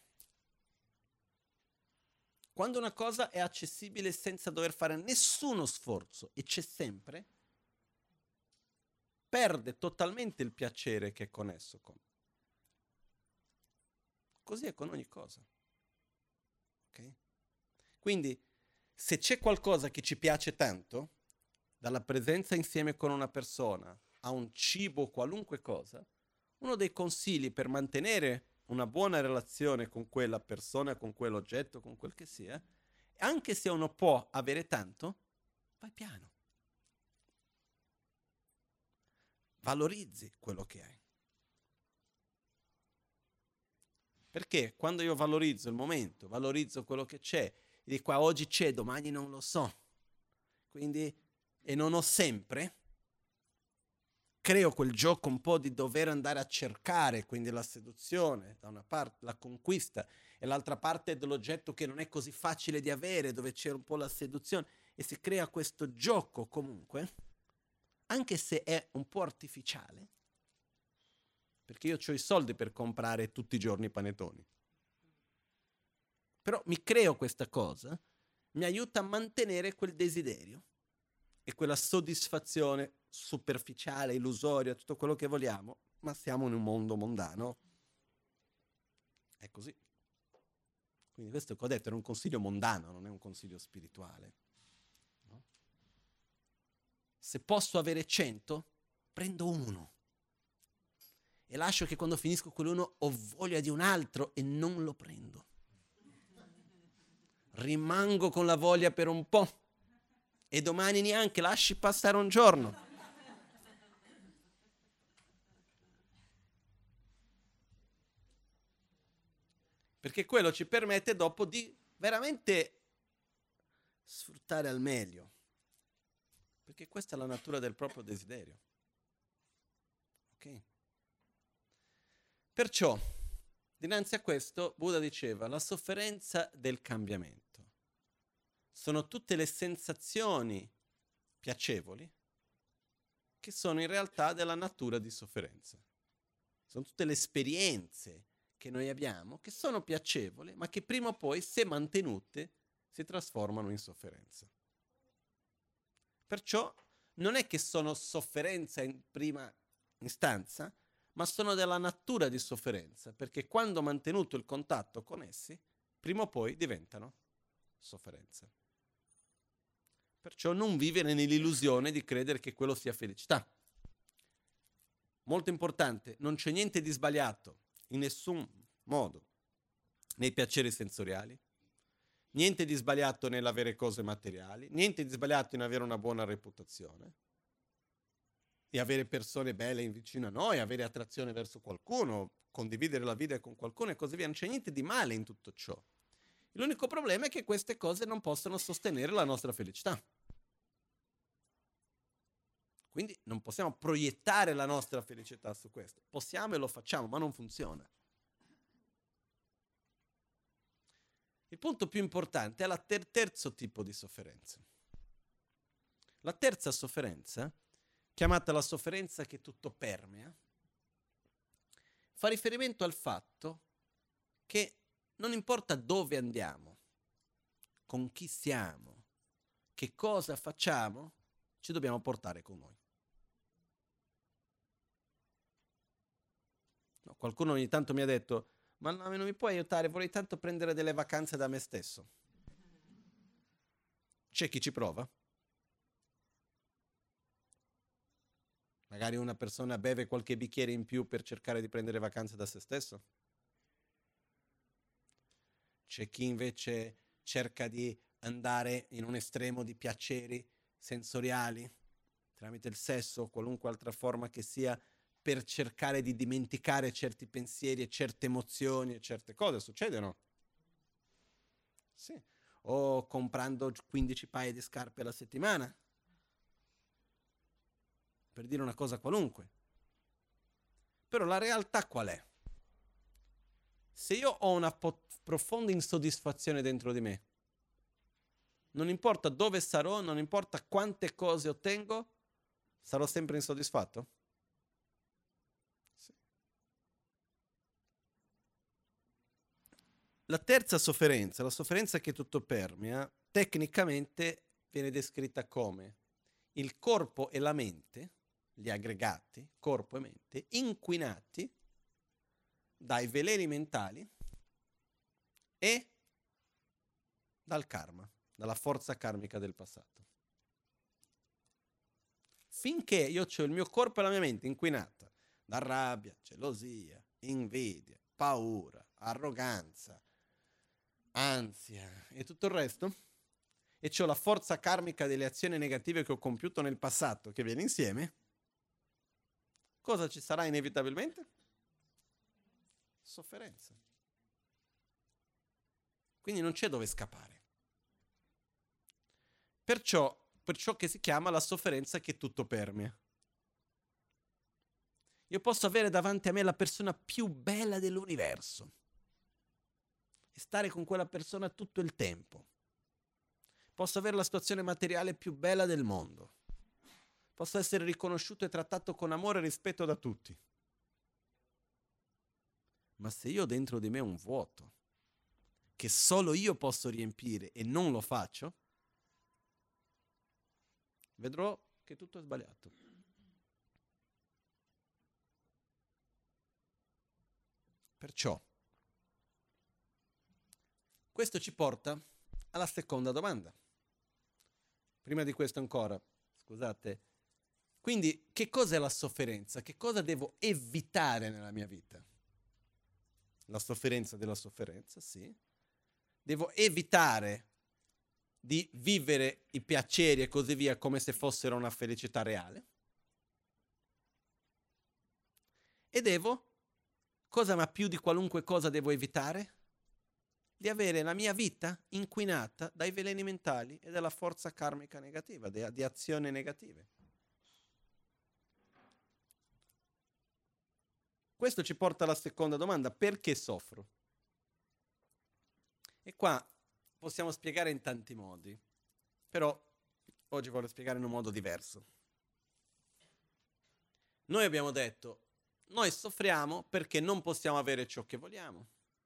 Quando una cosa è accessibile senza dover fare nessuno sforzo e c'è sempre, perde totalmente il piacere che è connesso con. Così è con ogni cosa. Okay? Quindi, se c'è qualcosa che ci piace tanto, dalla presenza insieme con una persona a un cibo, qualunque cosa, uno dei consigli per mantenere una buona relazione con quella persona, con quell'oggetto, con quel che sia, anche se uno può avere tanto, vai piano. Valorizzi quello che hai. Perché quando io valorizzo il momento, valorizzo quello che c'è, di qua oggi c'è, domani non lo so, quindi, e non ho sempre, creo quel gioco un po' di dover andare a cercare, quindi la seduzione, da una parte, la conquista, e l'altra parte dell'oggetto che non è così facile di avere, dove c'è un po' la seduzione, e si crea questo gioco comunque, anche se è un po' artificiale, perché io ho i soldi per comprare tutti i giorni panettoni. Però mi creo questa cosa, mi aiuta a mantenere quel desiderio e quella soddisfazione superficiale, illusoria, tutto quello che vogliamo, ma siamo in un mondo mondano. È così. Quindi questo che ho detto era un consiglio mondano, non è un consiglio spirituale. No? Se posso avere 100, prendo uno. E lascio che quando finisco quell'uno ho voglia di un altro e non lo prendo. Rimango con la voglia per un po' e domani neanche, lasci passare un giorno. Perché quello ci permette dopo di veramente sfruttare al meglio. Perché questa è la natura del proprio desiderio. Ok? Perciò, dinanzi a questo, Buddha diceva, la sofferenza del cambiamento sono tutte le sensazioni piacevoli che sono in realtà della natura di sofferenza. Sono tutte le esperienze che noi abbiamo che sono piacevoli, ma che prima o poi, se mantenute, si trasformano in sofferenza. Perciò non è che sono sofferenza in prima istanza, ma sono della natura di sofferenza, perché quando mantenuto il contatto con essi, prima o poi diventano sofferenza. Perciò non vivere nell'illusione di credere che quello sia felicità. Molto importante, non c'è niente di sbagliato in nessun modo nei piaceri sensoriali, niente di sbagliato nell'avere cose materiali, niente di sbagliato in avere una buona reputazione, di avere persone belle vicino a noi, avere attrazione verso qualcuno, condividere la vita con qualcuno e così via. Non c'è niente di male in tutto ciò. L'unico problema è che queste cose non possono sostenere la nostra felicità. Quindi non possiamo proiettare la nostra felicità su questo. Possiamo e lo facciamo, ma non funziona. Il punto più importante è il terzo tipo di sofferenza. La terza sofferenza, chiamata la sofferenza che tutto permea, fa riferimento al fatto che non importa dove andiamo, con chi siamo, che cosa facciamo, ci dobbiamo portare con noi. No, qualcuno ogni tanto mi ha detto, ma no, non mi puoi aiutare, vorrei tanto prendere delle vacanze da me stesso. C'è chi ci prova? Magari una persona beve qualche bicchiere in più per cercare di prendere vacanze da se stesso? C'è chi invece cerca di andare in un estremo di piaceri sensoriali, tramite il sesso o qualunque altra forma che sia, per cercare di dimenticare certi pensieri e certe emozioni e certe cose. Succede o no? Sì. O comprando 15 paia di scarpe alla settimana, per dire una cosa qualunque. Però la realtà qual è? Se io ho una profonda insoddisfazione dentro di me, non importa dove sarò, non importa quante cose ottengo, sarò sempre insoddisfatto? Sì. La terza sofferenza, la sofferenza che tutto permea, tecnicamente viene descritta come il corpo e la mente, gli aggregati, corpo e mente, inquinati dai veleni mentali e dal karma, dalla forza karmica del passato. Finché io ho il mio corpo e la mia mente inquinata da rabbia, gelosia, invidia, paura, arroganza, ansia e tutto il resto, e c'ho la forza karmica delle azioni negative che ho compiuto nel passato che viene insieme, cosa ci sarà inevitabilmente? Sofferenza. Quindi non c'è dove scappare. Per ciò che si chiama la sofferenza che tutto permea. Io posso avere davanti a me la persona più bella dell'universo e stare con quella persona tutto il tempo. Posso avere la situazione materiale più bella del mondo. Posso essere riconosciuto e trattato con amore e rispetto da tutti. Ma se io ho dentro di me un vuoto che solo io posso riempire e non lo faccio, vedrò che tutto è sbagliato. Perciò, questo ci porta alla seconda domanda. Prima di questo ancora, scusate, quindi che cos'è la sofferenza? Che cosa devo evitare nella mia vita? La sofferenza della sofferenza, sì. Devo evitare di vivere i piaceri e così via come se fossero una felicità reale. E devo, cosa ma più di qualunque cosa devo evitare? Di avere la mia vita inquinata dai veleni mentali e dalla forza karmica negativa, di azioni negative. Questo ci porta alla seconda domanda: perché soffro? E qua possiamo spiegare in tanti modi, però oggi voglio spiegare in un modo diverso. Noi abbiamo detto, noi soffriamo perché non possiamo avere ciò che vogliamo.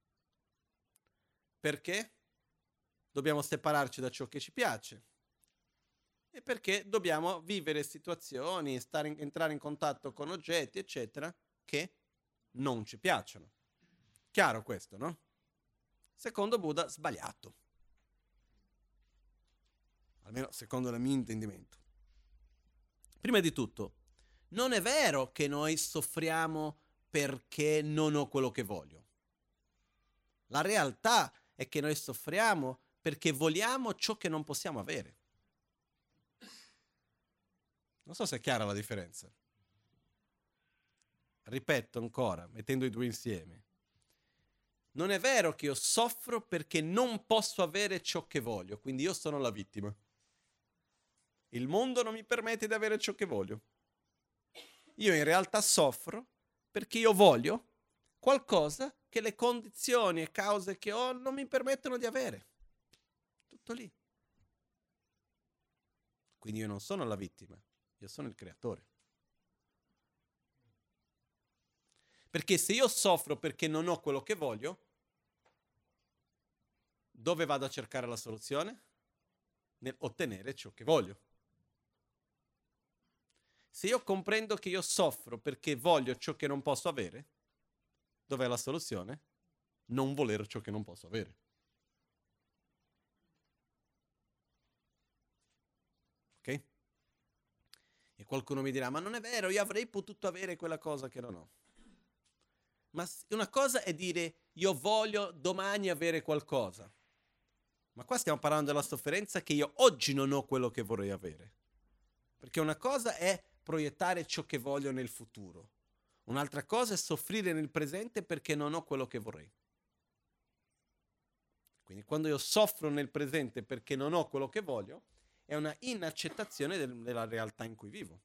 Perché? Dobbiamo separarci da ciò che ci piace. E perché dobbiamo vivere situazioni, entrare in contatto con oggetti, eccetera, che non ci piacciono. Chiaro questo, no? Secondo Buddha, sbagliato. Almeno secondo il mio intendimento. Prima di tutto, non è vero che noi soffriamo perché non ho quello che voglio. La realtà è che noi soffriamo perché vogliamo ciò che non possiamo avere. Non so se è chiara la differenza. Ripeto ancora, mettendo i due insieme. Non è vero che io soffro perché non posso avere ciò che voglio, quindi io sono la vittima. Il mondo non mi permette di avere ciò che voglio. Io in realtà soffro perché io voglio qualcosa che le condizioni e cause che ho non mi permettono di avere. Tutto lì. Quindi io non sono la vittima, io sono il creatore. Perché se io soffro perché non ho quello che voglio, dove vado a cercare la soluzione? Nel ottenere ciò che voglio. Se io comprendo che io soffro perché voglio ciò che non posso avere, dov'è la soluzione? Non volere ciò che non posso avere. Ok? E qualcuno mi dirà, ma non è vero, io avrei potuto avere quella cosa che non ho. Ma una cosa è dire, io voglio domani avere qualcosa. Ma qua stiamo parlando della sofferenza che io oggi non ho quello che vorrei avere. Perché una cosa è proiettare ciò che voglio nel futuro. Un'altra cosa è soffrire nel presente perché non ho quello che vorrei. Quindi quando io soffro nel presente perché non ho quello che voglio, è una inaccettazione della realtà in cui vivo.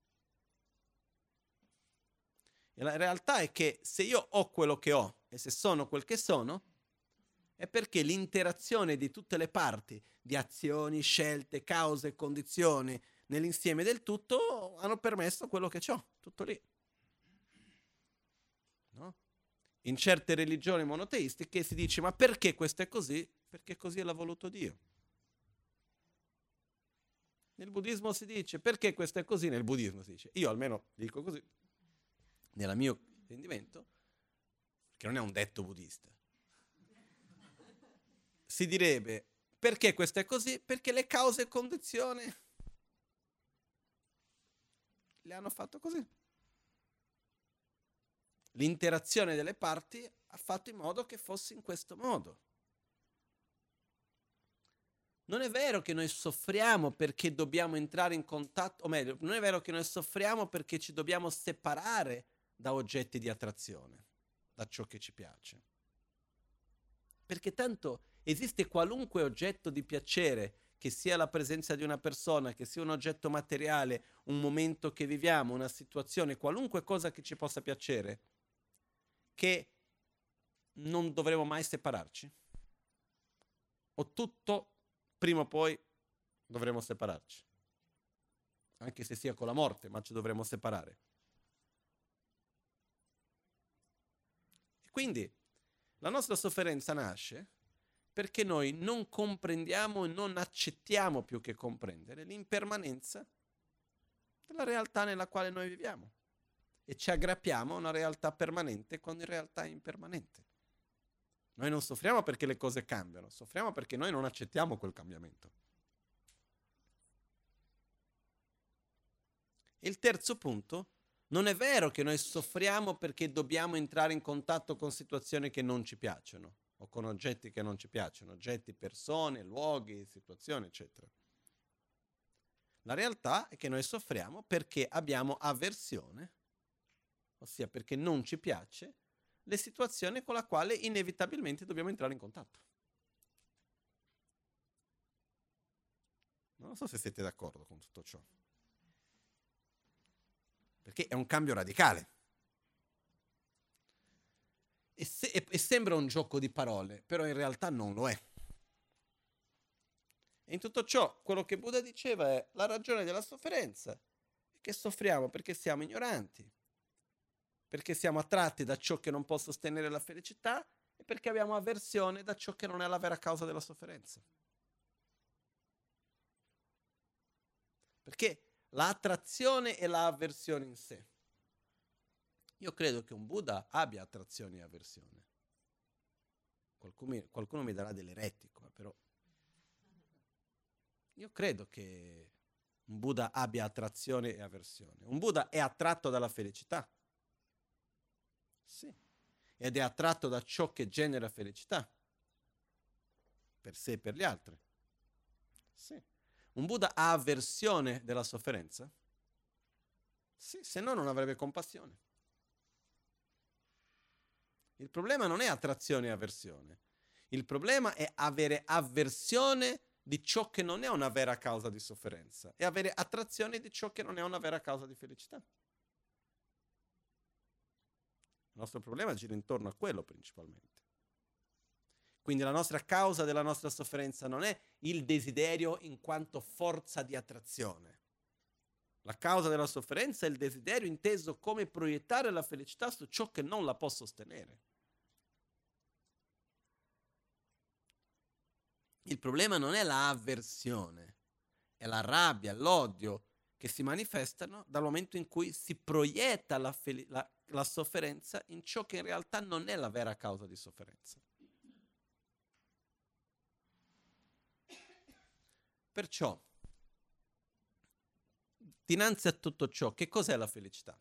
E la realtà è che se io ho quello che ho e se sono quel che sono, è perché l'interazione di tutte le parti, di azioni, scelte, cause, condizioni, nell'insieme del tutto, hanno permesso quello che ho, tutto lì. No? In certe religioni monoteistiche si dice, ma perché questo è così? Perché così l'ha voluto Dio. Nel buddismo si dice, perché questo è così? Nel buddismo si dice, io almeno dico così, nel mio intendimento, che non è un detto buddista, si direbbe, perché questo è così? Perché le cause e condizioni le hanno fatto così. L'interazione delle parti ha fatto in modo che fosse in questo modo. Non è vero che noi soffriamo perché dobbiamo entrare in contatto, o meglio, non è vero che noi soffriamo perché ci dobbiamo separare da oggetti di attrazione, da ciò che ci piace. Perché tanto esiste qualunque oggetto di piacere, che sia la presenza di una persona, che sia un oggetto materiale, un momento che viviamo, una situazione, qualunque cosa che ci possa piacere, che non dovremo mai separarci. O tutto, prima o poi, dovremo separarci. Anche se sia con la morte, ma ci dovremo separare. E quindi la nostra sofferenza nasce perché noi non comprendiamo e non accettiamo più che comprendere l'impermanenza della realtà nella quale noi viviamo e ci aggrappiamo a una realtà permanente quando in realtà è impermanente. Noi non soffriamo perché le cose cambiano, soffriamo perché noi non accettiamo quel cambiamento. E il terzo punto, non è vero che noi soffriamo perché dobbiamo entrare in contatto con situazioni che non ci piacciono o con oggetti che non ci piacciono, oggetti, persone, luoghi, situazioni, eccetera. La realtà è che noi soffriamo perché abbiamo avversione, ossia perché non ci piace le situazioni con la quale inevitabilmente dobbiamo entrare in contatto. Non so se siete d'accordo con tutto ciò. Perché è un cambio radicale. E sembra un gioco di parole, però in realtà non lo è. E in tutto ciò, quello che Buddha diceva è la ragione della sofferenza, è che soffriamo perché siamo ignoranti, perché siamo attratti da ciò che non può sostenere la felicità e perché abbiamo avversione da ciò che non è la vera causa della sofferenza. Perché l'attrazione e l'avversione in sé. Io credo che un Buddha abbia attrazione e avversione. Qualcuno mi darà dell'eretico, però io credo che un Buddha abbia attrazione e avversione. Un Buddha è attratto dalla felicità. Sì. Ed è attratto da ciò che genera felicità. Per sé e per gli altri. Sì. Un Buddha ha avversione della sofferenza? Sì, se no non avrebbe compassione. Il problema non è attrazione e avversione. Il problema è avere avversione di ciò che non è una vera causa di sofferenza e avere attrazione di ciò che non è una vera causa di felicità. Il nostro problema gira intorno a quello principalmente. Quindi la nostra causa della nostra sofferenza non è il desiderio in quanto forza di attrazione. La causa della sofferenza è il desiderio inteso come proiettare la felicità su ciò che non la può sostenere. Il problema non è l'avversione, è la rabbia, l'odio che si manifestano dal momento in cui si proietta la sofferenza in ciò che in realtà non è la vera causa di sofferenza. Perciò, dinanzi a tutto ciò, che cos'è la felicità?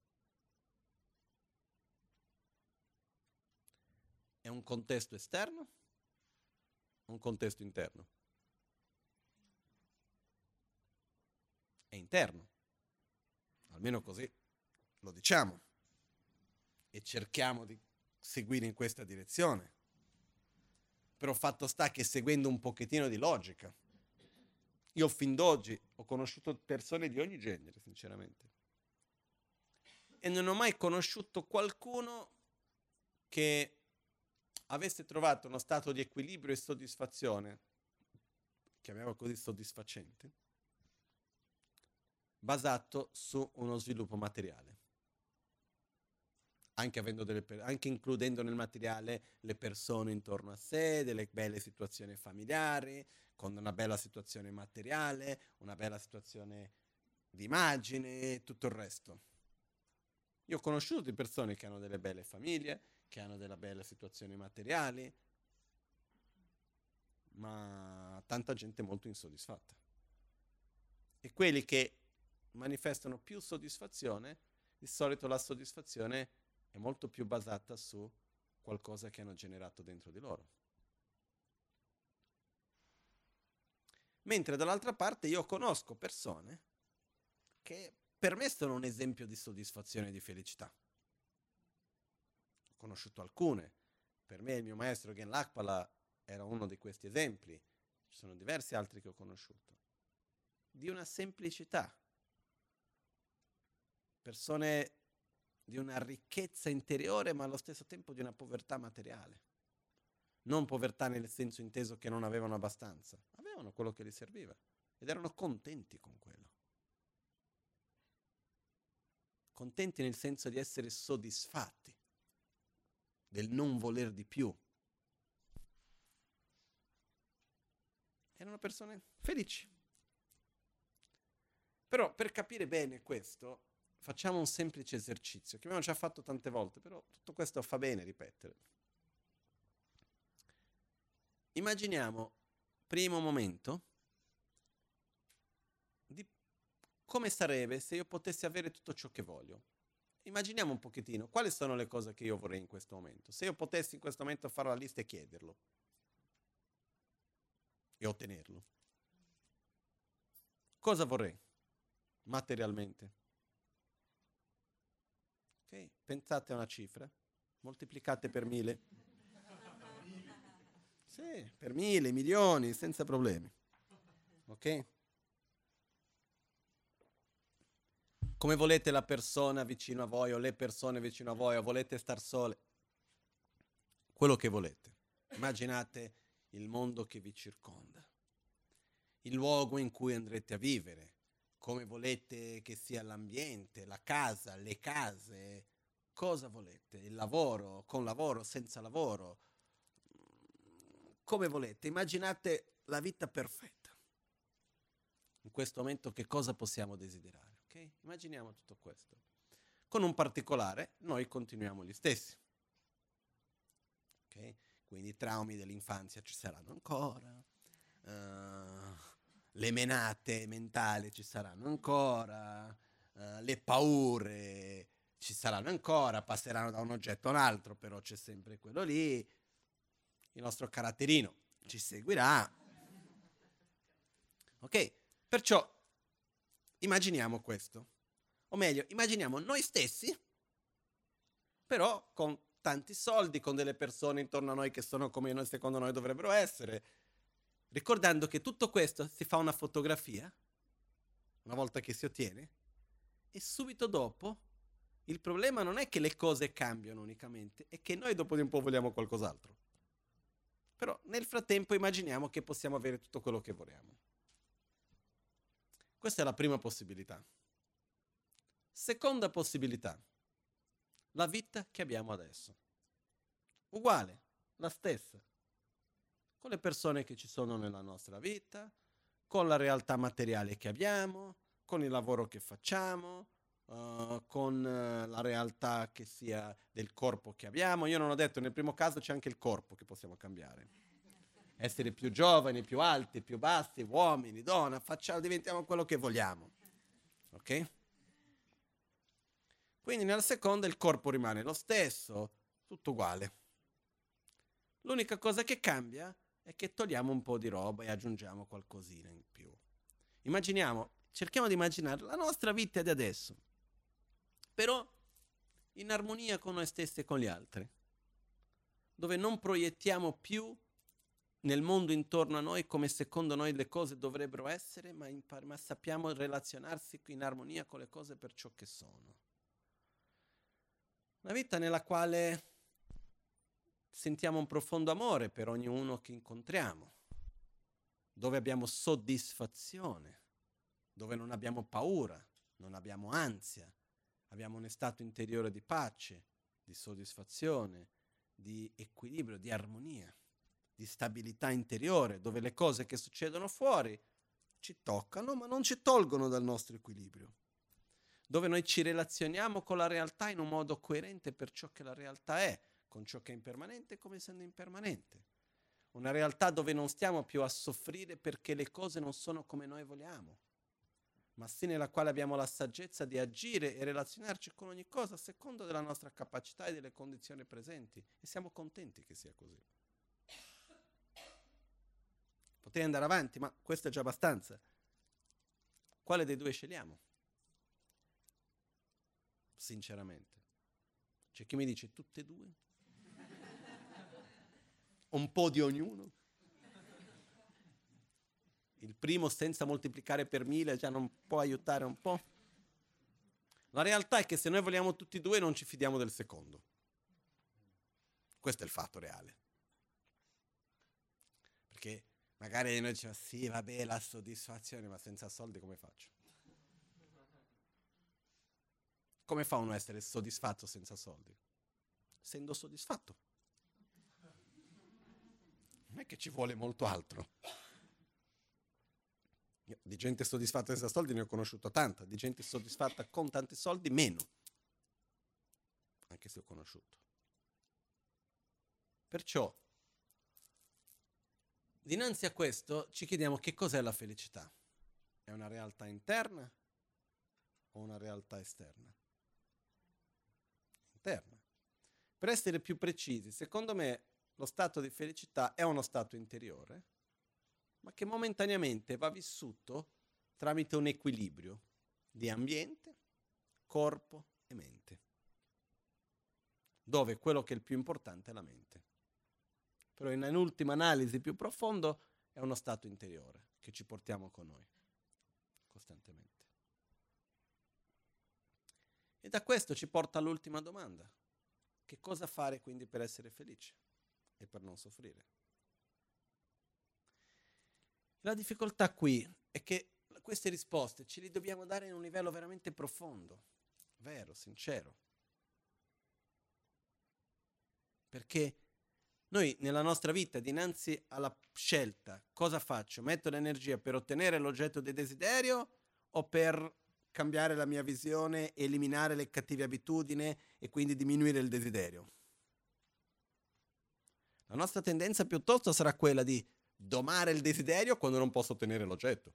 È un contesto esterno? Un contesto interno? È interno. Almeno così lo diciamo. E cerchiamo di seguire in questa direzione. Però fatto sta che seguendo un pochettino di logica, io fin d'oggi ho conosciuto persone di ogni genere, sinceramente. E non ho mai conosciuto qualcuno che avesse trovato uno stato di equilibrio e soddisfazione, chiamiamolo così soddisfacente, basato su uno sviluppo materiale. Anche includendo nel materiale le persone intorno a sé, delle belle situazioni familiari, con una bella situazione materiale, una bella situazione di immagine, tutto il resto. Io ho conosciuto persone che hanno delle belle famiglie, che hanno delle belle situazioni materiali, ma tanta gente molto insoddisfatta. E quelli che manifestano più soddisfazione, di solito la soddisfazione è molto più basata su qualcosa che hanno generato dentro di loro. Mentre dall'altra parte io conosco persone che per me sono un esempio di soddisfazione e di felicità. Ho conosciuto alcune. Per me il mio maestro Gen Lakpala era uno di questi esempi. Ci sono diversi altri che ho conosciuto. Di una semplicità. Persone di una ricchezza interiore, ma allo stesso tempo di una povertà materiale. Non povertà nel senso inteso che non avevano abbastanza. Avevano quello che gli serviva ed erano contenti con quello. Contenti nel senso di essere soddisfatti, del non voler di più. Erano persone felici. Però per capire bene questo, facciamo un semplice esercizio, che abbiamo già fatto tante volte, però tutto questo fa bene ripetere. Immaginiamo, primo momento, di come sarebbe se io potessi avere tutto ciò che voglio. Immaginiamo un pochettino, quali sono le cose che io vorrei in questo momento? Se io potessi in questo momento fare la lista e chiederlo, e ottenerlo, cosa vorrei materialmente? Ok? Pensate a una cifra, moltiplicate per 1000. Sì, per 1000, milioni, senza problemi. Ok? Come volete la persona vicino a voi o le persone vicino a voi o volete star sole? Quello che volete. Immaginate il mondo che vi circonda, il luogo in cui andrete a vivere, come volete che sia l'ambiente, la casa, le case, cosa volete, il lavoro, con lavoro, senza lavoro, come volete. Immaginate la vita perfetta. In questo momento che cosa possiamo desiderare? Okay? Immaginiamo tutto questo. Con un particolare, noi continuiamo gli stessi. Okay? Quindi i traumi dell'infanzia ci saranno ancora, le menate mentali ci saranno ancora, le paure ci saranno ancora, passeranno da un oggetto a un altro, però c'è sempre quello lì, il nostro caratterino ci seguirà. Ok? Perciò immaginiamo questo, o meglio, immaginiamo noi stessi, però con tanti soldi, con delle persone intorno a noi che sono come noi, secondo noi dovrebbero essere, ricordando che tutto questo si fa una fotografia, una volta che si ottiene, e subito dopo il problema non è che le cose cambiano unicamente, è che noi dopo di un po' vogliamo qualcos'altro. Però nel frattempo immaginiamo che possiamo avere tutto quello che vogliamo. Questa è la prima possibilità. Seconda possibilità, la vita che abbiamo adesso. Uguale, la stessa. Con le persone che ci sono nella nostra vita, con la realtà materiale che abbiamo, con il lavoro che facciamo, con la realtà che sia del corpo che abbiamo. Io non ho detto, nel primo caso c'è anche il corpo che possiamo cambiare. Essere più giovani, più alti, più bassi, uomini, donne, diventiamo quello che vogliamo. Ok? Quindi nella seconda il corpo rimane lo stesso, tutto uguale. L'unica cosa che cambia è che togliamo un po' di roba e aggiungiamo qualcosina in più. Cerchiamo di immaginare la nostra vita di adesso, però in armonia con noi stessi e con gli altri, dove non proiettiamo più nel mondo intorno a noi come secondo noi le cose dovrebbero essere, ma sappiamo relazionarsi in armonia con le cose per ciò che sono. Una vita nella quale sentiamo un profondo amore per ognuno che incontriamo, dove abbiamo soddisfazione, dove non abbiamo paura, non abbiamo ansia, abbiamo un stato interiore di pace, di soddisfazione, di equilibrio, di armonia, di stabilità interiore, dove le cose che succedono fuori ci toccano ma non ci tolgono dal nostro equilibrio, dove noi ci relazioniamo con la realtà in un modo coerente per ciò che la realtà è, con ciò che è impermanente come essendo impermanente. Una realtà dove non stiamo più a soffrire perché le cose non sono come noi vogliamo, ma sì nella quale abbiamo la saggezza di agire e relazionarci con ogni cosa a seconda della nostra capacità e delle condizioni presenti, e siamo contenti che sia così. Potrei andare avanti, ma questo è già abbastanza. Quale dei due scegliamo? Sinceramente. C'è chi mi dice tutte e due? Un po' di ognuno? Il primo senza moltiplicare per 1000 già non può aiutare un po'? La realtà è che se noi vogliamo tutti e due non ci fidiamo del secondo. Questo è il fatto reale. Perché magari noi diciamo sì, vabbè, la soddisfazione, ma senza soldi come faccio? Come fa uno a essere soddisfatto senza soldi? Essendo soddisfatto. Non è che ci vuole molto altro. Io di gente soddisfatta senza soldi ne ho conosciuto tanta, di gente soddisfatta con tanti soldi meno, anche se ho conosciuto. Perciò, dinanzi a questo ci chiediamo che cos'è la felicità. È una realtà interna o una realtà esterna? Interna. Per essere più precisi, secondo me lo stato di felicità è uno stato interiore, ma che momentaneamente va vissuto tramite un equilibrio di ambiente, corpo e mente, dove quello che è il più importante è la mente. Però in ultima analisi più profondo è uno stato interiore che ci portiamo con noi costantemente. E da questo ci porta all'ultima domanda. Che cosa fare quindi per essere felici e per non soffrire? La difficoltà qui è che queste risposte ce le dobbiamo dare in un livello veramente profondo, vero, sincero. Perché noi nella nostra vita, dinanzi alla scelta, cosa faccio? Metto l'energia per ottenere l'oggetto del desiderio o per cambiare la mia visione, eliminare le cattive abitudini e quindi diminuire il desiderio? La nostra tendenza piuttosto sarà quella di domare il desiderio quando non posso ottenere l'oggetto.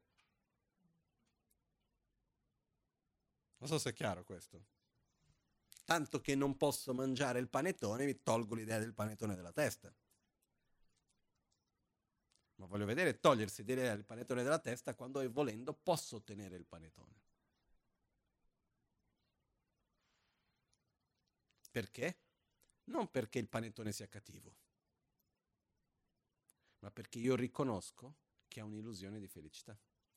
Non so se è chiaro questo. Tanto che non posso mangiare il panettone, mi tolgo l'idea del panettone dalla testa. Ma voglio vedere togliersi l'idea del panettone dalla testa quando, volendo, posso ottenere il panettone. Perché? Non perché il panettone sia cattivo, ma perché io riconosco che è un'illusione di felicità.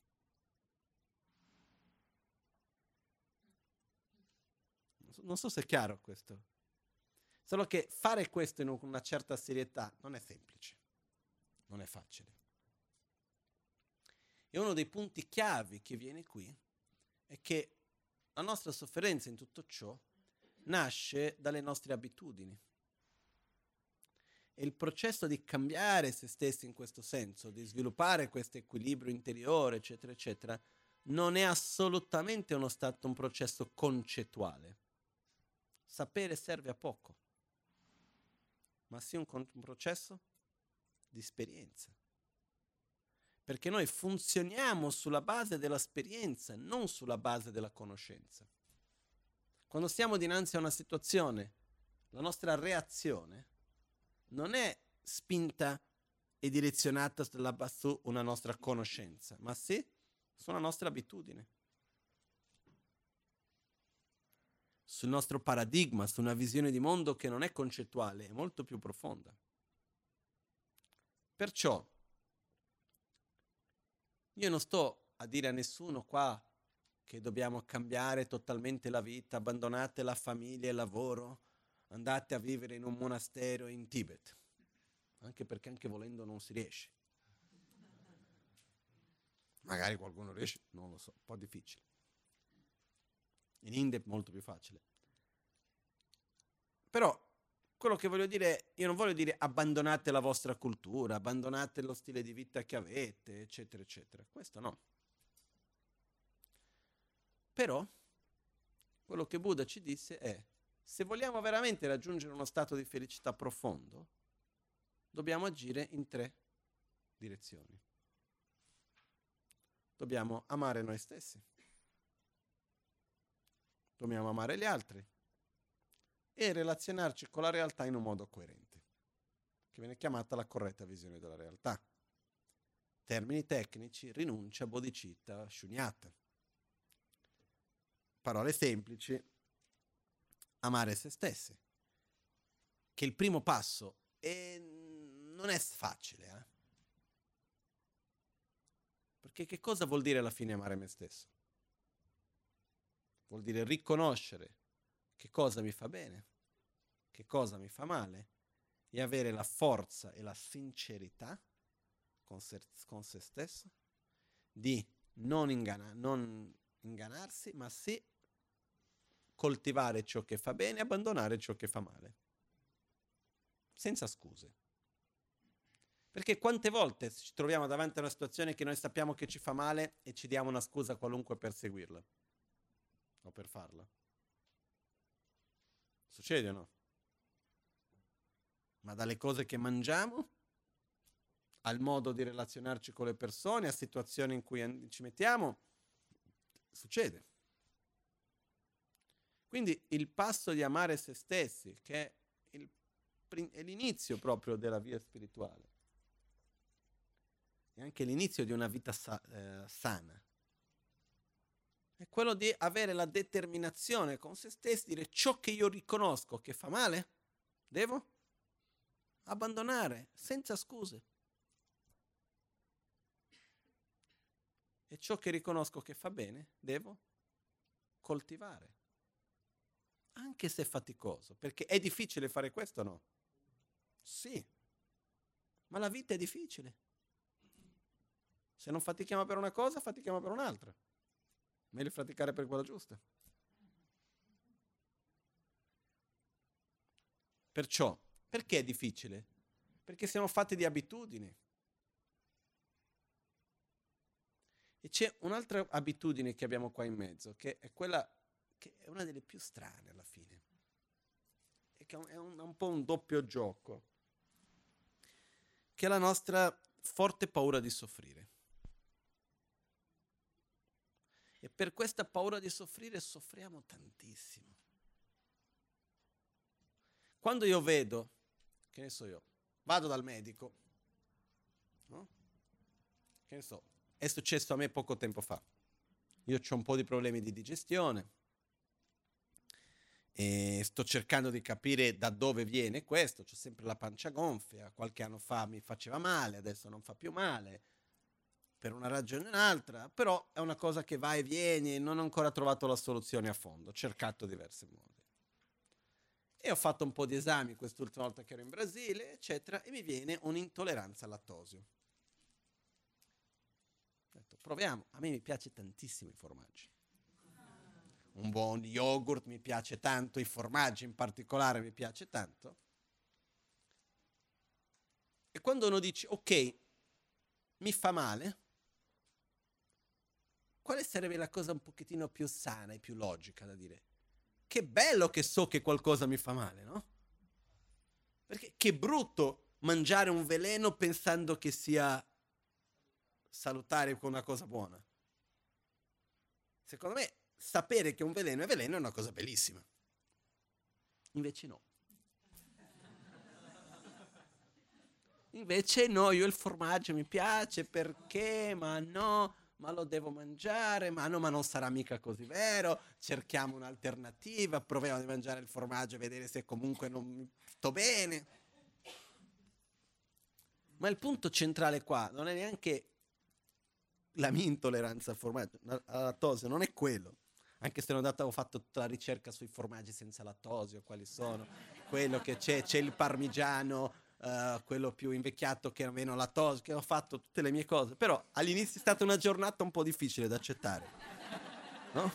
Non so se è chiaro questo. Solo che fare questo in una certa serietà non è semplice, non è facile. E uno dei punti chiavi che viene qui è che la nostra sofferenza in tutto ciò nasce dalle nostre abitudini. E il processo di cambiare se stessi in questo senso, di sviluppare questo equilibrio interiore, eccetera, eccetera, non è assolutamente un processo concettuale. Sapere serve a poco, ma sì un processo di esperienza. Perché noi funzioniamo sulla base dell'esperienza, non sulla base della conoscenza. Quando siamo dinanzi a una situazione, la nostra reazione non è spinta e direzionata su una nostra conoscenza, ma sì su una nostra abitudine, sul nostro paradigma, su una visione di mondo che non è concettuale, è molto più profonda. Perciò io non sto a dire a nessuno qua che dobbiamo cambiare totalmente la vita, abbandonate la famiglia e il lavoro, andate a vivere in un monastero in Tibet, anche perché anche volendo non si riesce. Magari qualcuno riesce, non lo so, un po' difficile. In India è molto più facile. Però quello che voglio dire, io non voglio dire abbandonate la vostra cultura, abbandonate lo stile di vita che avete, eccetera, eccetera. Questo no. Però quello che Buddha ci disse è: se vogliamo veramente raggiungere uno stato di felicità profondo, dobbiamo agire in 3 direzioni. Dobbiamo amare noi stessi, dobbiamo amare gli altri e relazionarci con la realtà in un modo coerente, che viene chiamata la corretta visione della realtà. Termini tecnici: rinuncia, bodhicitta, shunyata. Parole semplici: amare se stessi, che il primo passo non è facile, perché che cosa vuol dire alla fine amare me stesso? Vuol dire riconoscere che cosa mi fa bene, che cosa mi fa male, e avere la forza e la sincerità con se stesso di non ingannarsi, ma sì coltivare ciò che fa bene e abbandonare ciò che fa male, senza scuse. Perché quante volte ci troviamo davanti a una situazione che noi sappiamo che ci fa male e ci diamo una scusa qualunque per seguirla o per farla? Succede o no? Ma dalle cose che mangiamo, al modo di relazionarci con le persone, a situazioni in cui ci mettiamo, succede. Quindi il passo di amare se stessi, che è l'inizio proprio della via spirituale, è anche l'inizio di una vita sana, è quello di avere la determinazione con se stessi, dire: ciò che io riconosco che fa male, devo abbandonare senza scuse. E ciò che riconosco che fa bene, devo coltivare. Anche se è faticoso, perché è difficile fare questo, no? Sì, ma la vita è difficile. Se non fatichiamo per una cosa, fatichiamo per un'altra. Meglio faticare per quella giusta. Perciò, perché è difficile? Perché siamo fatti di abitudini. E c'è un'altra abitudine che abbiamo qua in mezzo, che è quella che è una delle più strane alla fine. E che è un po' un doppio gioco, che è la nostra forte paura di soffrire. E per questa paura di soffrire soffriamo tantissimo. Quando io vedo, che ne so io, vado dal medico, no? Che ne so, è successo a me poco tempo fa. Io ho un po' di problemi di digestione e sto cercando di capire da dove viene questo. C'ho sempre la pancia gonfia, qualche anno fa mi faceva male, adesso non fa più male, per una ragione o un'altra, però è una cosa che va e viene e non ho ancora trovato la soluzione a fondo, ho cercato diversi modi. E ho fatto un po' di esami quest'ultima volta che ero in Brasile, eccetera, e mi viene un'intolleranza al lattosio. Ho detto, proviamo, a me mi piace tantissimo i formaggi. Un buon yogurt mi piace tanto, i formaggi in particolare mi piace tanto. E quando uno dice, ok, mi fa male, quale sarebbe la cosa un pochettino più sana e più logica da dire? Che bello che so che qualcosa mi fa male, no? Perché che brutto mangiare un veleno pensando che sia salutare con una cosa buona. Secondo me sapere che un veleno è una cosa bellissima. Invece no. Invece no, io il formaggio mi piace perché, ma no, ma lo devo mangiare, ma no, ma non sarà mica così vero, cerchiamo un'alternativa, proviamo a mangiare il formaggio e vedere se comunque non mi sto bene. Ma il punto centrale qua non è neanche la mia intolleranza al formaggio, al lattosio, non è quello. Anche se ho fatto tutta la ricerca sui formaggi senza lattosio, quali sono, quello che c'è il parmigiano, quello più invecchiato che ha meno lattosio, che ho fatto tutte le mie cose, però all'inizio è stata una giornata un po' difficile da accettare, no?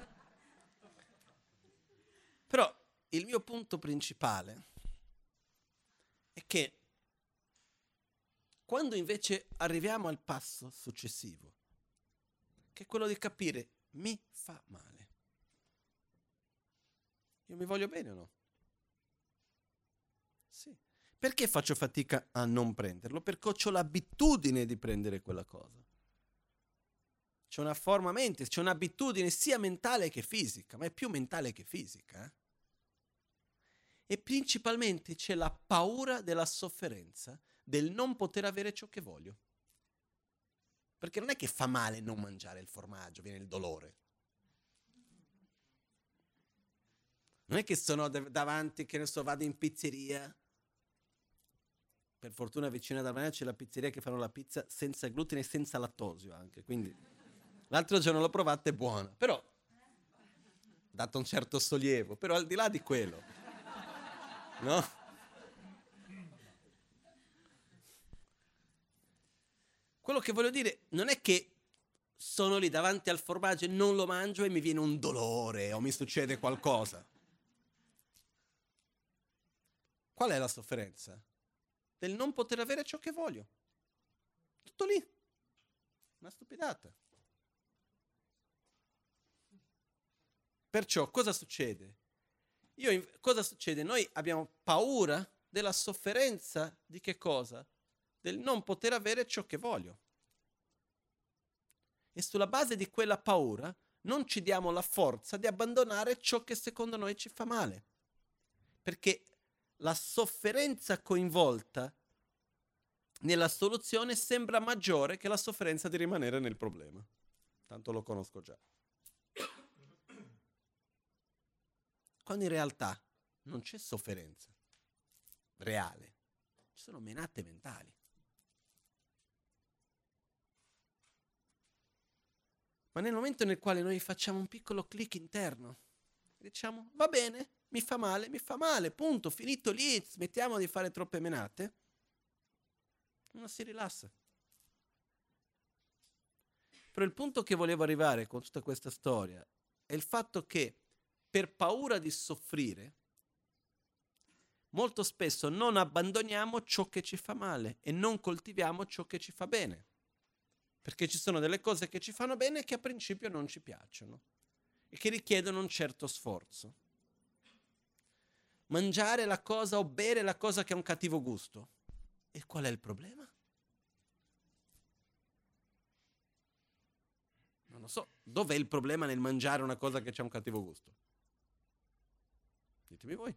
Però il mio punto principale è che quando invece arriviamo al passo successivo, che è quello di capire mi fa male, io mi voglio bene o no? Sì. Perché faccio fatica a non prenderlo? Perché ho l'abitudine di prendere quella cosa. c'è una forma mentis, c'è un'abitudine sia mentale che fisica, ma è più mentale che fisica. E principalmente c'è la paura della sofferenza, del non poter avere ciò che voglio. Perché non è che fa male non mangiare il formaggio, viene il dolore. Non è che sono davanti, che ne so, vado in pizzeria. Per fortuna vicino da me c'è la pizzeria che fanno la pizza senza glutine e senza lattosio anche, quindi l'altro giorno l'ho provata, è buona, però ha dato un certo sollievo, però al di là di quello, no? Quello che voglio dire non è che sono lì davanti al formaggio e non lo mangio e mi viene un dolore o mi succede qualcosa. Qual è la sofferenza? Del non poter avere ciò che voglio. Tutto lì. Una stupidata. Perciò cosa succede? Cosa succede? Noi abbiamo paura della sofferenza di che cosa? Del non poter avere ciò che voglio. E sulla base di quella paura non ci diamo la forza di abbandonare ciò che secondo noi ci fa male. Perché la sofferenza coinvolta nella soluzione sembra maggiore che la sofferenza di rimanere nel problema. Tanto lo conosco già. Quando in realtà non c'è sofferenza reale, ci sono menate mentali. Ma nel momento nel quale noi facciamo un piccolo click interno, diciamo, va bene, mi fa male, punto, finito lì, smettiamo di fare troppe menate, uno si rilassa. Però il punto che volevo arrivare con tutta questa storia è il fatto che per paura di soffrire, molto spesso non abbandoniamo ciò che ci fa male e non coltiviamo ciò che ci fa bene. Perché ci sono delle cose che ci fanno bene che a principio non ci piacciono e che richiedono un certo sforzo. Mangiare la cosa o bere la cosa che ha un cattivo gusto. E qual è il problema? Non lo so. Dov'è il problema nel mangiare una cosa che ha un cattivo gusto? Ditemi voi.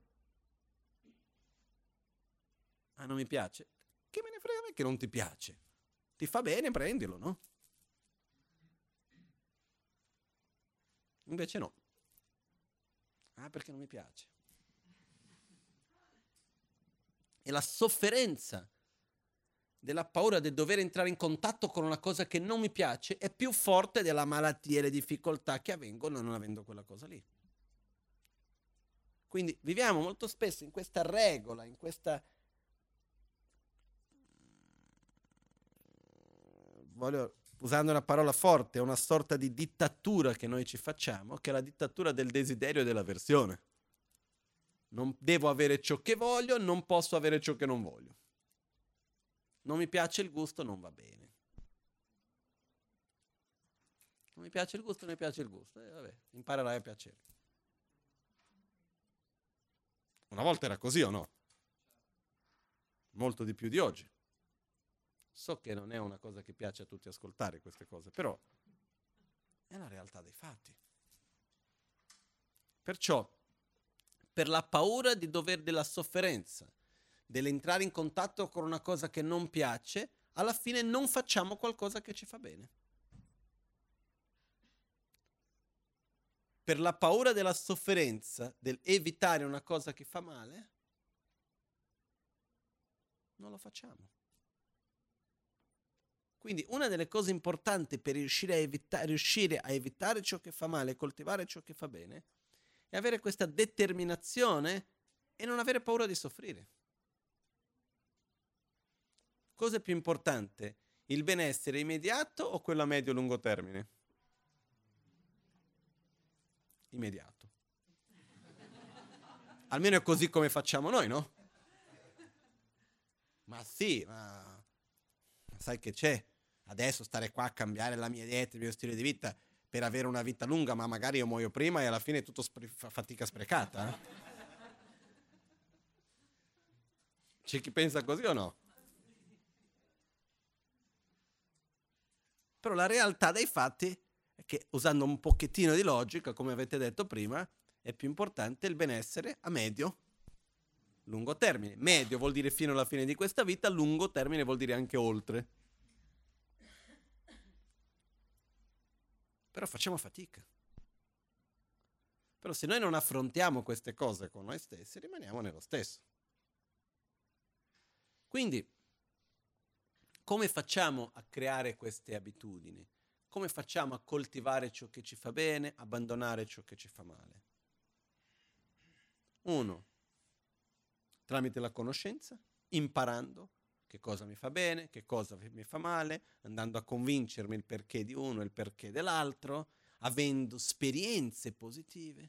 Ah, non mi piace? Che me ne frega a me che non ti piace? Ti fa bene, prendilo, no? Invece no. Ah, perché non mi piace. E la sofferenza della paura del dover entrare in contatto con una cosa che non mi piace è più forte della malattia e le difficoltà che avvengono non avendo quella cosa lì. Quindi viviamo molto spesso in questa regola, in questa... usando una parola forte, una sorta di dittatura che noi ci facciamo, che è la dittatura del desiderio e dell'avversione. Non devo avere ciò che voglio, non posso avere ciò che non voglio. Non mi piace il gusto, non va bene. Non mi piace il gusto, non mi piace il gusto. Vabbè, imparerai a piacere. Una volta era così o no? Molto di più di oggi. So che non è una cosa che piace a tutti ascoltare queste cose, però è la realtà dei fatti. Perciò, per la paura di della sofferenza, dell'entrare in contatto con una cosa che non piace, alla fine non facciamo qualcosa che ci fa bene. Per la paura della sofferenza, del evitare una cosa che fa male, non lo facciamo. Quindi una delle cose importanti per riuscire a evitare ciò che fa male, coltivare ciò che fa bene, è avere questa determinazione e non avere paura di soffrire. Cosa è più importante? Il benessere immediato o quello a medio-lungo termine? Immediato. Almeno è così come facciamo noi, no? Ma sì, ma sai che c'è? Adesso stare qua a cambiare la mia dieta, il mio stile di vita per avere una vita lunga, ma magari io muoio prima e alla fine è tutto fatica sprecata. Eh? C'è chi pensa così o no? Però la realtà dei fatti è che usando un pochettino di logica, come avete detto prima, è più importante il benessere a medio, lungo termine. Medio vuol dire fino alla fine di questa vita, lungo termine vuol dire anche oltre. Però facciamo fatica. Però se noi non affrontiamo queste cose con noi stessi, rimaniamo nello stesso. Quindi, come facciamo a creare queste abitudini? Come facciamo a coltivare ciò che ci fa bene, abbandonare ciò che ci fa male? 1. Tramite la conoscenza, imparando che cosa mi fa bene, che cosa mi fa male, andando a convincermi il perché di uno e il perché dell'altro, avendo esperienze positive.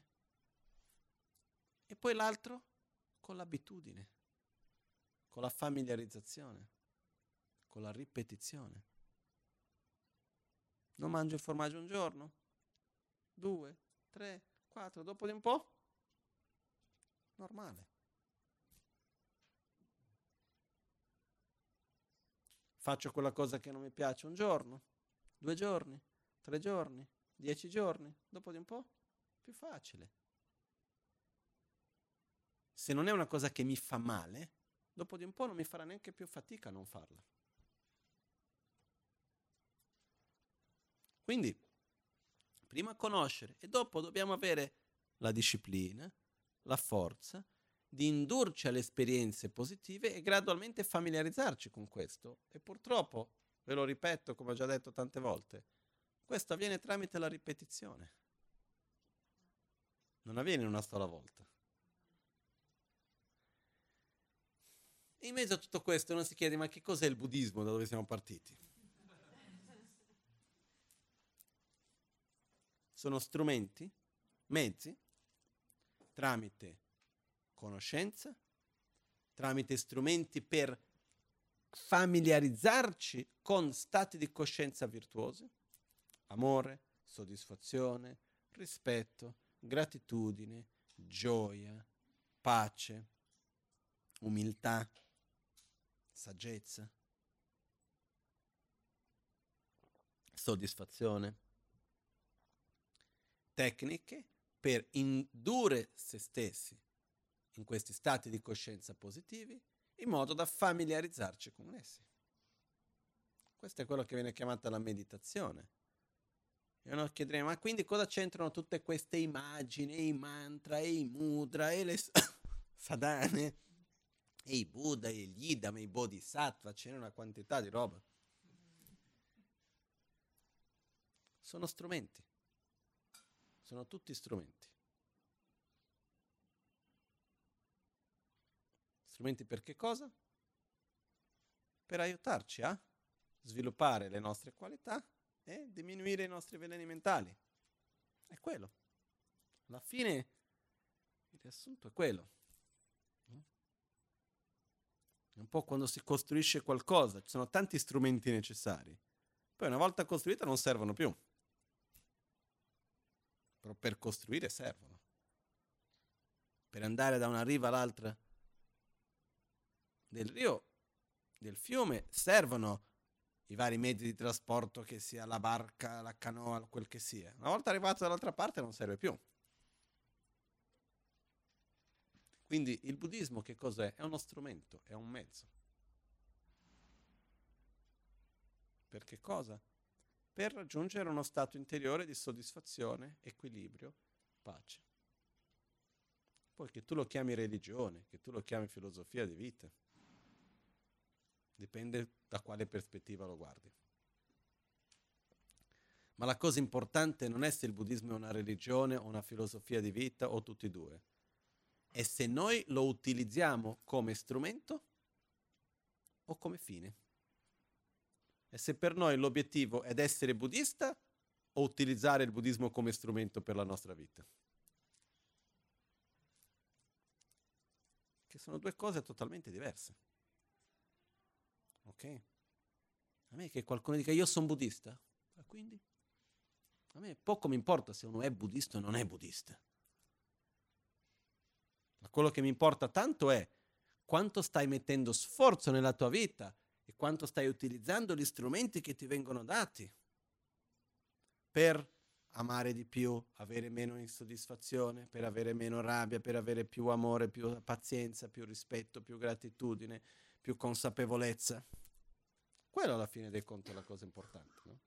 E poi l'altro con l'abitudine, con la familiarizzazione, con la ripetizione. Non mangio il formaggio un giorno, 2, 3, 4, dopo di un po', normale. Faccio quella cosa che non mi piace un giorno, 2 giorni, 3 giorni, 10 giorni, dopo di un po', più facile. Se non è una cosa che mi fa male, dopo di un po' non mi farà neanche più fatica a non farla. Quindi, prima conoscere e dopo dobbiamo avere la disciplina, la forza di indurci alle esperienze positive e gradualmente familiarizzarci con questo. E purtroppo, ve lo ripeto come ho già detto tante volte, questo avviene tramite la ripetizione. Non avviene in una sola volta. E in mezzo a tutto questo uno si chiede: ma che cos'è il buddismo, da dove siamo partiti? Sono strumenti, mezzi, tramite conoscenza, tramite strumenti per familiarizzarci con stati di coscienza virtuosi, amore, soddisfazione, rispetto, gratitudine, gioia, pace, umiltà, saggezza, soddisfazione. Tecniche per indurre se stessi in questi stati di coscienza positivi in modo da familiarizzarci con essi. Questo è quello che viene chiamata la meditazione. E uno chiederà: ma quindi cosa c'entrano tutte queste immagini, i mantra, e i mudra, e le sadhane, e i Buddha, e gli idam, e i bodhisattva? Ce n'è una quantità di roba. Sono strumenti. Sono tutti strumenti. Strumenti per che cosa? Per aiutarci a sviluppare le nostre qualità e diminuire i nostri veleni mentali. È quello. Alla fine il riassunto è quello. È un po' quando si costruisce qualcosa, ci sono tanti strumenti necessari. Poi una volta costruita non servono più. Però per costruire servono. Per andare da una riva all'altra del rio, del fiume, servono i vari mezzi di trasporto, che sia la barca, la canoa, quel che sia. Una volta arrivato dall'altra parte non serve più. Quindi il buddismo che cos'è? È uno strumento, è un mezzo. Per che cosa? Per raggiungere uno stato interiore di soddisfazione, equilibrio, pace. Poi che tu lo chiami religione, che tu lo chiami filosofia di vita, dipende da quale prospettiva lo guardi. Ma la cosa importante non è se il buddismo è una religione o una filosofia di vita o tutti e due. È se noi lo utilizziamo come strumento o come fine. E se per noi l'obiettivo è essere buddista o utilizzare il buddismo come strumento per la nostra vita. Che sono due cose totalmente diverse. Ok? A me che qualcuno dica io sono buddista, quindi a me poco mi importa se uno è buddista o non è buddista. Ma quello che mi importa tanto è quanto stai mettendo sforzo nella tua vita e quanto stai utilizzando gli strumenti che ti vengono dati per amare di più, avere meno insoddisfazione, per avere meno rabbia, per avere più amore, più pazienza, più rispetto, più gratitudine, più consapevolezza. Quello alla fine dei conti è la cosa importante, no?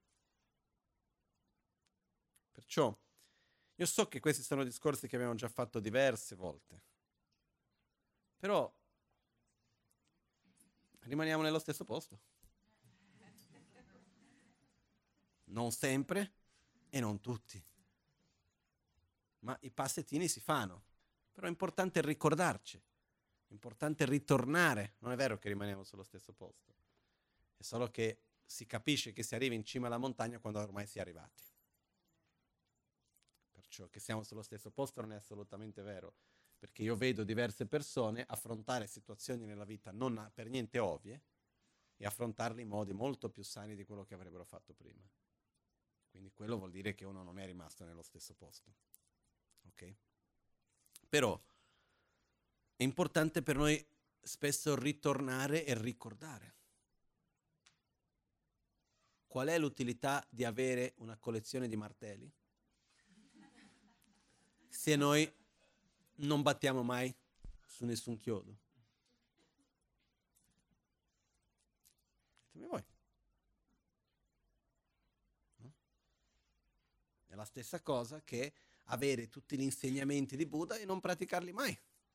Perciò io so che questi sono discorsi che abbiamo già fatto diverse volte, però rimaniamo nello stesso posto. Non sempre e non tutti. Ma i passettini si fanno. Però è importante ricordarci, è importante ritornare. Non è vero che rimaniamo sullo stesso posto. È solo che si capisce che si arriva in cima alla montagna quando ormai si è arrivati. Perciò che siamo sullo stesso posto non è assolutamente vero, perché io vedo diverse persone affrontare situazioni nella vita non per niente ovvie e affrontarle in modi molto più sani di quello che avrebbero fatto prima. Quindi quello vuol dire che uno non è rimasto nello stesso posto. Ok? Però è importante per noi spesso ritornare e ricordare. Qual è l'utilità di avere una collezione di martelli se noi non battiamo mai su nessun chiodo? Ditemi voi. No? È la stessa cosa che avere tutti gli insegnamenti di Buddha e non praticarli mai.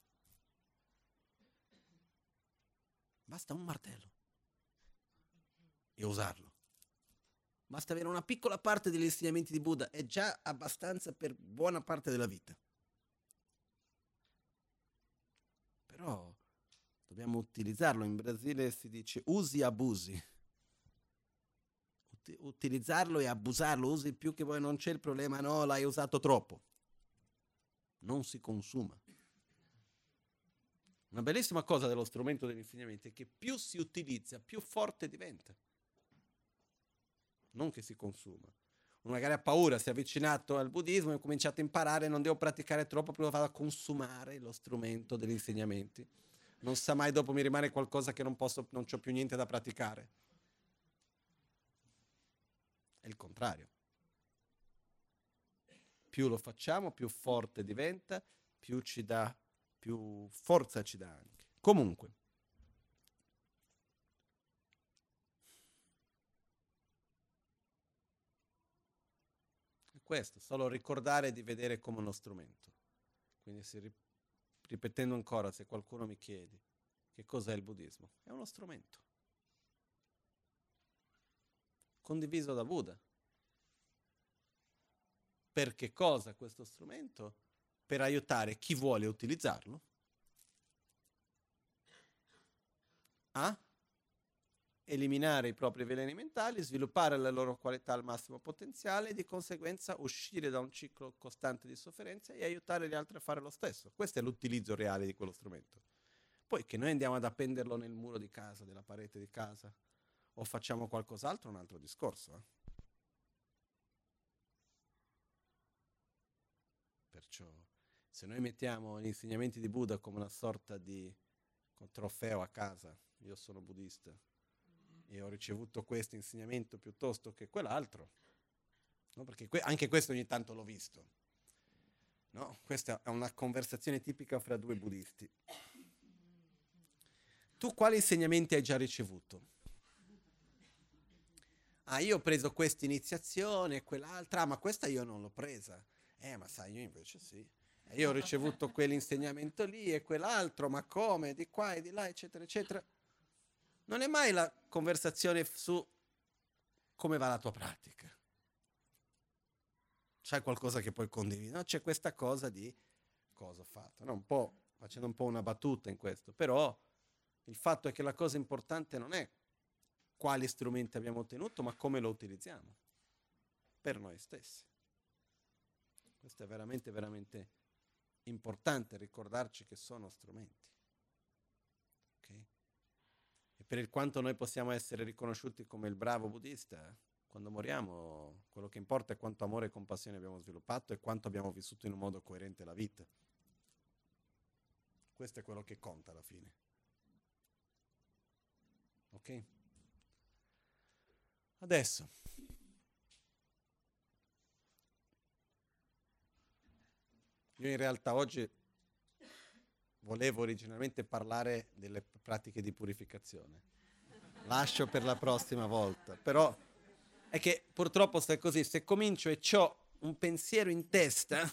Basta un martello e usarlo. Basta avere una piccola parte degli insegnamenti di Buddha, è già abbastanza per buona parte della vita. Però dobbiamo utilizzarlo. In Brasile si dice usi abusi. Utilizzarlo e abusarlo, usi più che vuoi, non c'è il problema, no, l'hai usato troppo. Non si consuma. Una bellissima cosa dello strumento degli insegnamenti è che più si utilizza, più forte diventa. Non che si consuma. Uno magari ha paura, si è avvicinato al buddismo e ha cominciato a imparare, non devo praticare troppo, prima vado a consumare lo strumento degli insegnamenti. Non sa mai, dopo mi rimane qualcosa che non posso, non c'ho più niente da praticare. È il contrario. Più lo facciamo, più forte diventa, più ci dà, più forza ci dà anche. Comunque, è questo, solo ricordare di vedere come uno strumento. Quindi ripetendo ancora, se qualcuno mi chiede che cos'è il buddismo, è uno strumento condiviso da Buddha. Per che cosa questo strumento? Per aiutare chi vuole utilizzarlo a eliminare i propri veleni mentali, sviluppare la loro qualità al massimo potenziale e di conseguenza uscire da un ciclo costante di sofferenza e aiutare gli altri a fare lo stesso. Questo è l'utilizzo reale di quello strumento. Poi che noi andiamo ad appenderlo nel muro di casa, della parete di casa, o facciamo qualcos'altro, è un altro discorso. Perciò, se noi mettiamo gli insegnamenti di Buddha come una sorta di trofeo a casa, io sono buddista e ho ricevuto questo insegnamento piuttosto che quell'altro, no? Perché anche questo ogni tanto l'ho visto. No? Questa è una conversazione tipica fra due buddisti. Tu quali insegnamenti hai già ricevuto? Ah, io ho preso questa iniziazione e quell'altra, ma questa io non l'ho presa. Ma sai, io invece sì. Io ho ricevuto quell'insegnamento lì e quell'altro, ma come? Di qua e di là, eccetera, eccetera. Non è mai la conversazione su come va la tua pratica. C'è qualcosa che puoi condividere? No, c'è questa cosa di cosa ho fatto. No, un po', facendo un po' una battuta in questo, però il fatto è che la cosa importante non è quali strumenti abbiamo ottenuto, ma come lo utilizziamo per noi stessi. Questo è veramente, veramente importante, ricordarci che sono strumenti. Okay? E per il quanto noi possiamo essere riconosciuti come il bravo buddista, quando moriamo, quello che importa è quanto amore e compassione abbiamo sviluppato e quanto abbiamo vissuto in un modo coerente la vita. Questo è quello che conta alla fine. Ok? Adesso Io in realtà oggi volevo originalmente parlare delle pratiche di purificazione. Lascio per la prossima volta, però è che purtroppo sta così, se comincio e ho un pensiero in testa,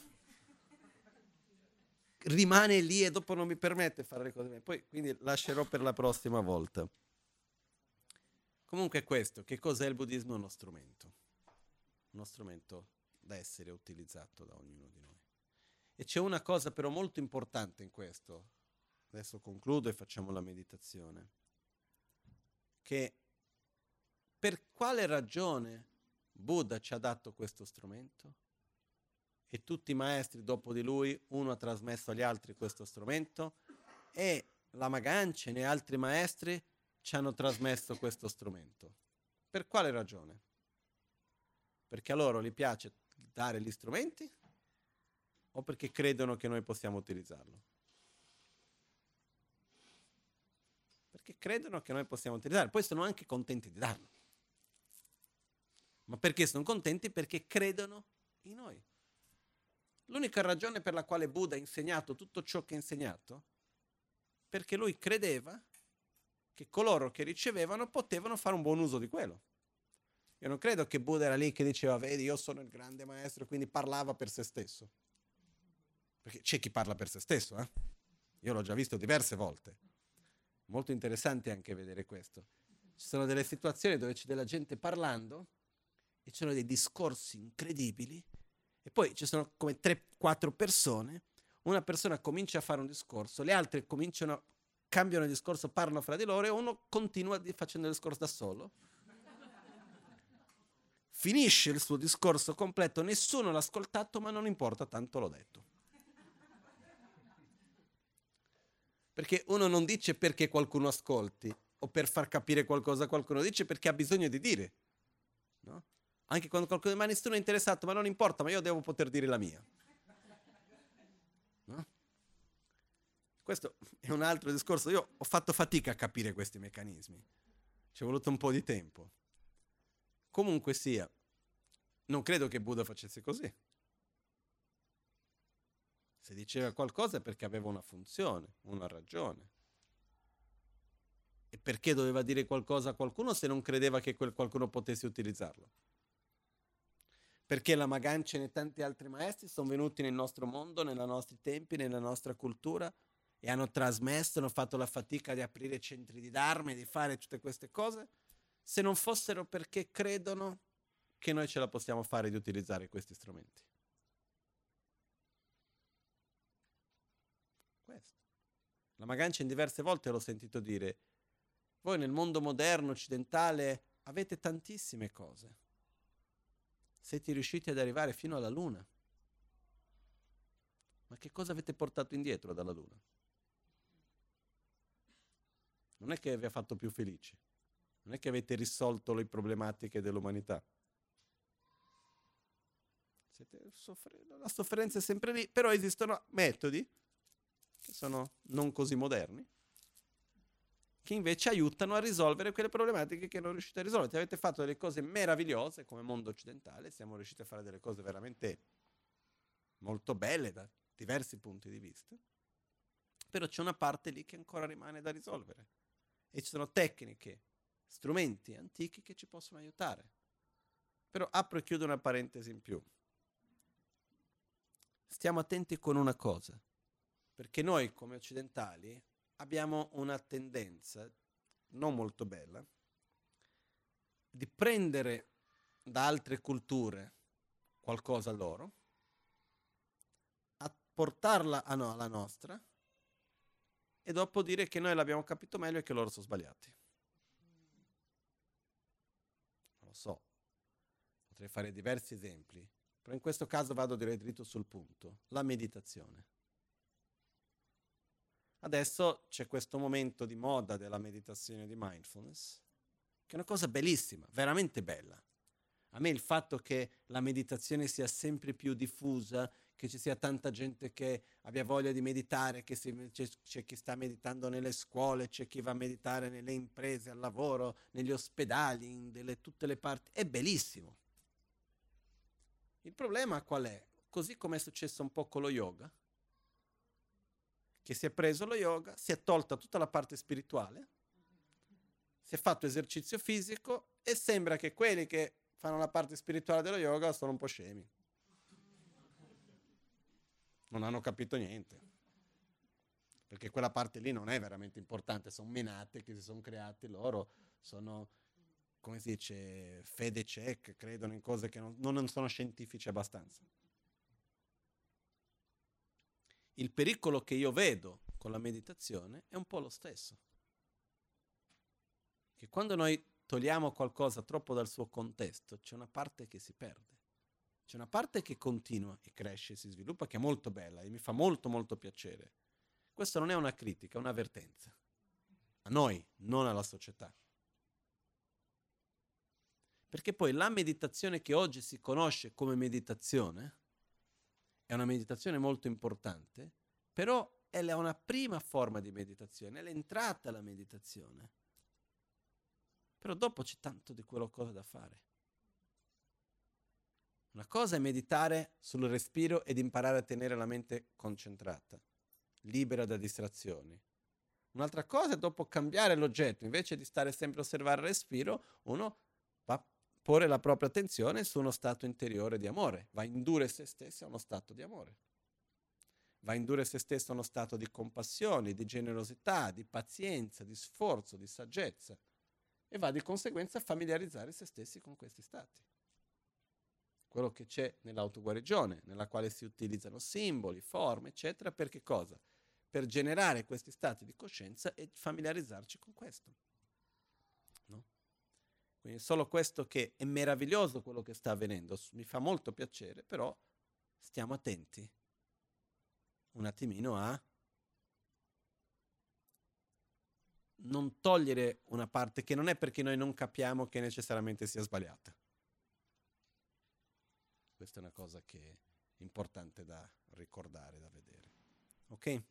rimane lì e dopo non mi permette di fare le cose bene. Poi quindi lascerò per la prossima volta. Comunque questo, che cos'è il buddismo? Uno strumento da essere utilizzato da ognuno di noi. E c'è una cosa però molto importante in questo, adesso concludo e facciamo la meditazione, che per quale ragione Buddha ci ha dato questo strumento? E tutti i maestri dopo di lui, uno ha trasmesso agli altri questo strumento e Lama Ganchen e altri maestri ci hanno trasmesso questo strumento. Per quale ragione? Perché a loro gli piace dare gli strumenti o perché credono che noi possiamo utilizzarlo? Perché credono che noi possiamo utilizzarlo, poi sono anche contenti di darlo. Ma perché sono contenti? Perché credono in noi. L'unica ragione per la quale Buddha ha insegnato tutto ciò che ha insegnato, perché lui credeva che coloro che ricevevano potevano fare un buon uso di quello. Io non credo che Buddha era lì che diceva, vedi, io sono il grande maestro, quindi parlava per se stesso. Perché c'è chi parla per se stesso, eh? Io l'ho già visto diverse volte. Molto interessante anche vedere questo. Ci sono delle situazioni dove c'è della gente parlando e ci sono dei discorsi incredibili e poi ci sono come 3-4 persone, una persona comincia a fare un discorso, le altre cambiano il discorso, parlano fra di loro e uno continua facendo il discorso da solo. Finisce il suo discorso completo, nessuno l'ha ascoltato, ma non importa, tanto l'ho detto. Perché uno non dice perché qualcuno ascolti o per far capire qualcosa a qualcuno, dice perché ha bisogno di dire. No? Anche quando qualcuno ma nessuno è interessato, ma non importa, ma io devo poter dire la mia. No? Questo è un altro discorso. Io ho fatto fatica a capire questi meccanismi. Ci è voluto un po' di tempo. Comunque sia, non credo che Buddha facesse così. Se diceva qualcosa è perché aveva una funzione, una ragione. E perché doveva dire qualcosa a qualcuno se non credeva che quel qualcuno potesse utilizzarlo? Perché Lama Ganchen e tanti altri maestri sono venuti nel nostro mondo, nei nostri tempi, nella nostra cultura e hanno trasmesso, hanno fatto la fatica di aprire centri di Dharma e di fare tutte queste cose, se non fossero perché credono che noi ce la possiamo fare di utilizzare questi strumenti. Questo. Lama Ganchen diverse volte l'ho sentito dire, voi nel mondo moderno, occidentale, avete tantissime cose. Siete riusciti ad arrivare fino alla Luna. Ma che cosa avete portato indietro dalla Luna? Non è che vi ha fatto più felici. Non è che avete risolto le problematiche dell'umanità. La sofferenza è sempre lì, però esistono metodi che sono non così moderni, che invece aiutano a risolvere quelle problematiche che non riuscite a risolvere. Avete fatto delle cose meravigliose come mondo occidentale, siamo riusciti a fare delle cose veramente molto belle da diversi punti di vista, però c'è una parte lì che ancora rimane da risolvere e ci sono tecniche, strumenti antichi che ci possono aiutare. Però apro e chiudo una parentesi in più. Stiamo attenti con una cosa, perché noi come occidentali abbiamo una tendenza non molto bella di prendere da altre culture qualcosa loro, a portarla alla nostra e dopo dire che noi l'abbiamo capito meglio e che loro sono sbagliati. Non lo so, potrei fare diversi esempi, però in questo caso vado dritto sul punto, la meditazione. Adesso c'è questo momento di moda della meditazione di mindfulness, che è una cosa bellissima, veramente bella. A me il fatto che la meditazione sia sempre più diffusa, che ci sia tanta gente che abbia voglia di meditare, che c'è chi sta meditando nelle scuole, c'è chi va a meditare nelle imprese, al lavoro, negli ospedali, in tutte le parti, è bellissimo. Il problema qual è? Così come è successo un po' con lo yoga, che si è preso lo yoga, si è tolta tutta la parte spirituale, si è fatto esercizio fisico e sembra che quelli che fanno la parte spirituale dello yoga sono un po' scemi. Non hanno capito niente. Perché quella parte lì non è veramente importante, sono menate che si sono creati loro, sono, come si dice, fede check, credono in cose che non sono scientifici abbastanza. Il pericolo che io vedo con la meditazione è un po' lo stesso. Che quando noi togliamo qualcosa troppo dal suo contesto, c'è una parte che si perde. C'è una parte che continua e cresce, si sviluppa, che è molto bella e mi fa molto molto piacere. Questo non è una critica, è un'avvertenza. A noi, non alla società. Perché poi la meditazione che oggi si conosce come meditazione è una meditazione molto importante, però è una prima forma di meditazione, è l'entrata alla meditazione. Però dopo c'è tanto di quello cosa da fare. Una cosa è meditare sul respiro ed imparare a tenere la mente concentrata, libera da distrazioni. Un'altra cosa è dopo cambiare l'oggetto, invece di stare sempre a osservare il respiro, uno va a porre la propria attenzione su uno stato interiore di amore, va a indurre se stesso a uno stato di amore, va a indurre se stesso a uno stato di compassione, di generosità, di pazienza, di sforzo, di saggezza e va di conseguenza a familiarizzare se stessi con questi stati. Quello che c'è nell'autoguarigione, nella quale si utilizzano simboli, forme, eccetera, per che cosa? Per generare questi stati di coscienza e familiarizzarci con questo. No? Quindi è solo questo che è meraviglioso quello che sta avvenendo, mi fa molto piacere, però stiamo attenti un attimino a non togliere una parte che non è perché noi non capiamo che necessariamente sia sbagliata. Questa è una cosa che è importante da ricordare, da vedere. Ok?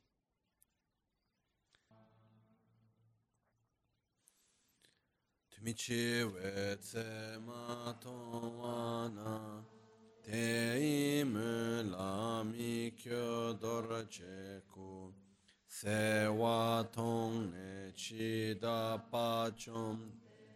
Tumichi we tse ma tongwa na te imu la mi kyo dor che ku se wa tong ne chi da pa chom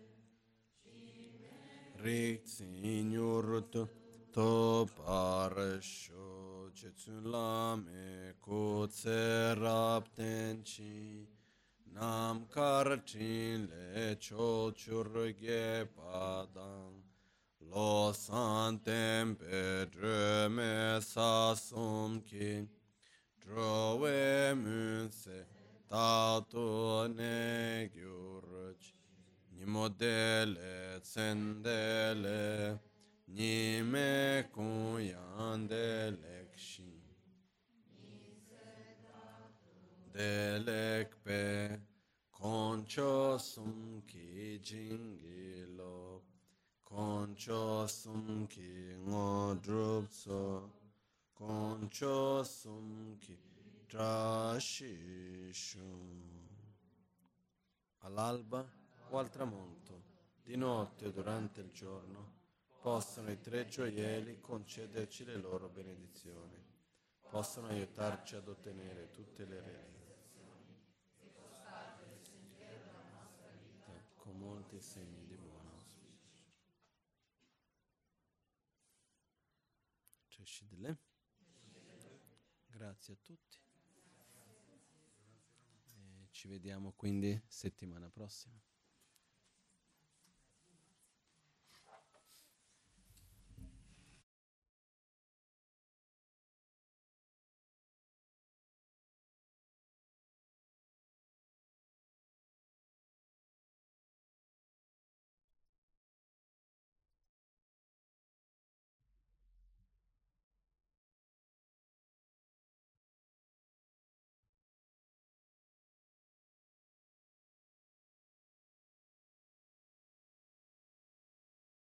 rik tsin yur tu to par sho che tsun la me ku tse rap ten chi Nam kartin le cho churge padang lo santem pedre me sasum ki drove munse tato ne gyurch nimodele tsendele nime kuyandele kshin delekpe concho sum ki jingilo concho sum ki ngodrupso concho sum ki trashishu all'alba o al tramonto di notte o durante il giorno possono i tre gioielli concederci le loro benedizioni possono aiutarci ad ottenere tutte le realizzazioni con molti segni di buon auspicio. Grazie a tutti. E ci vediamo quindi settimana prossima.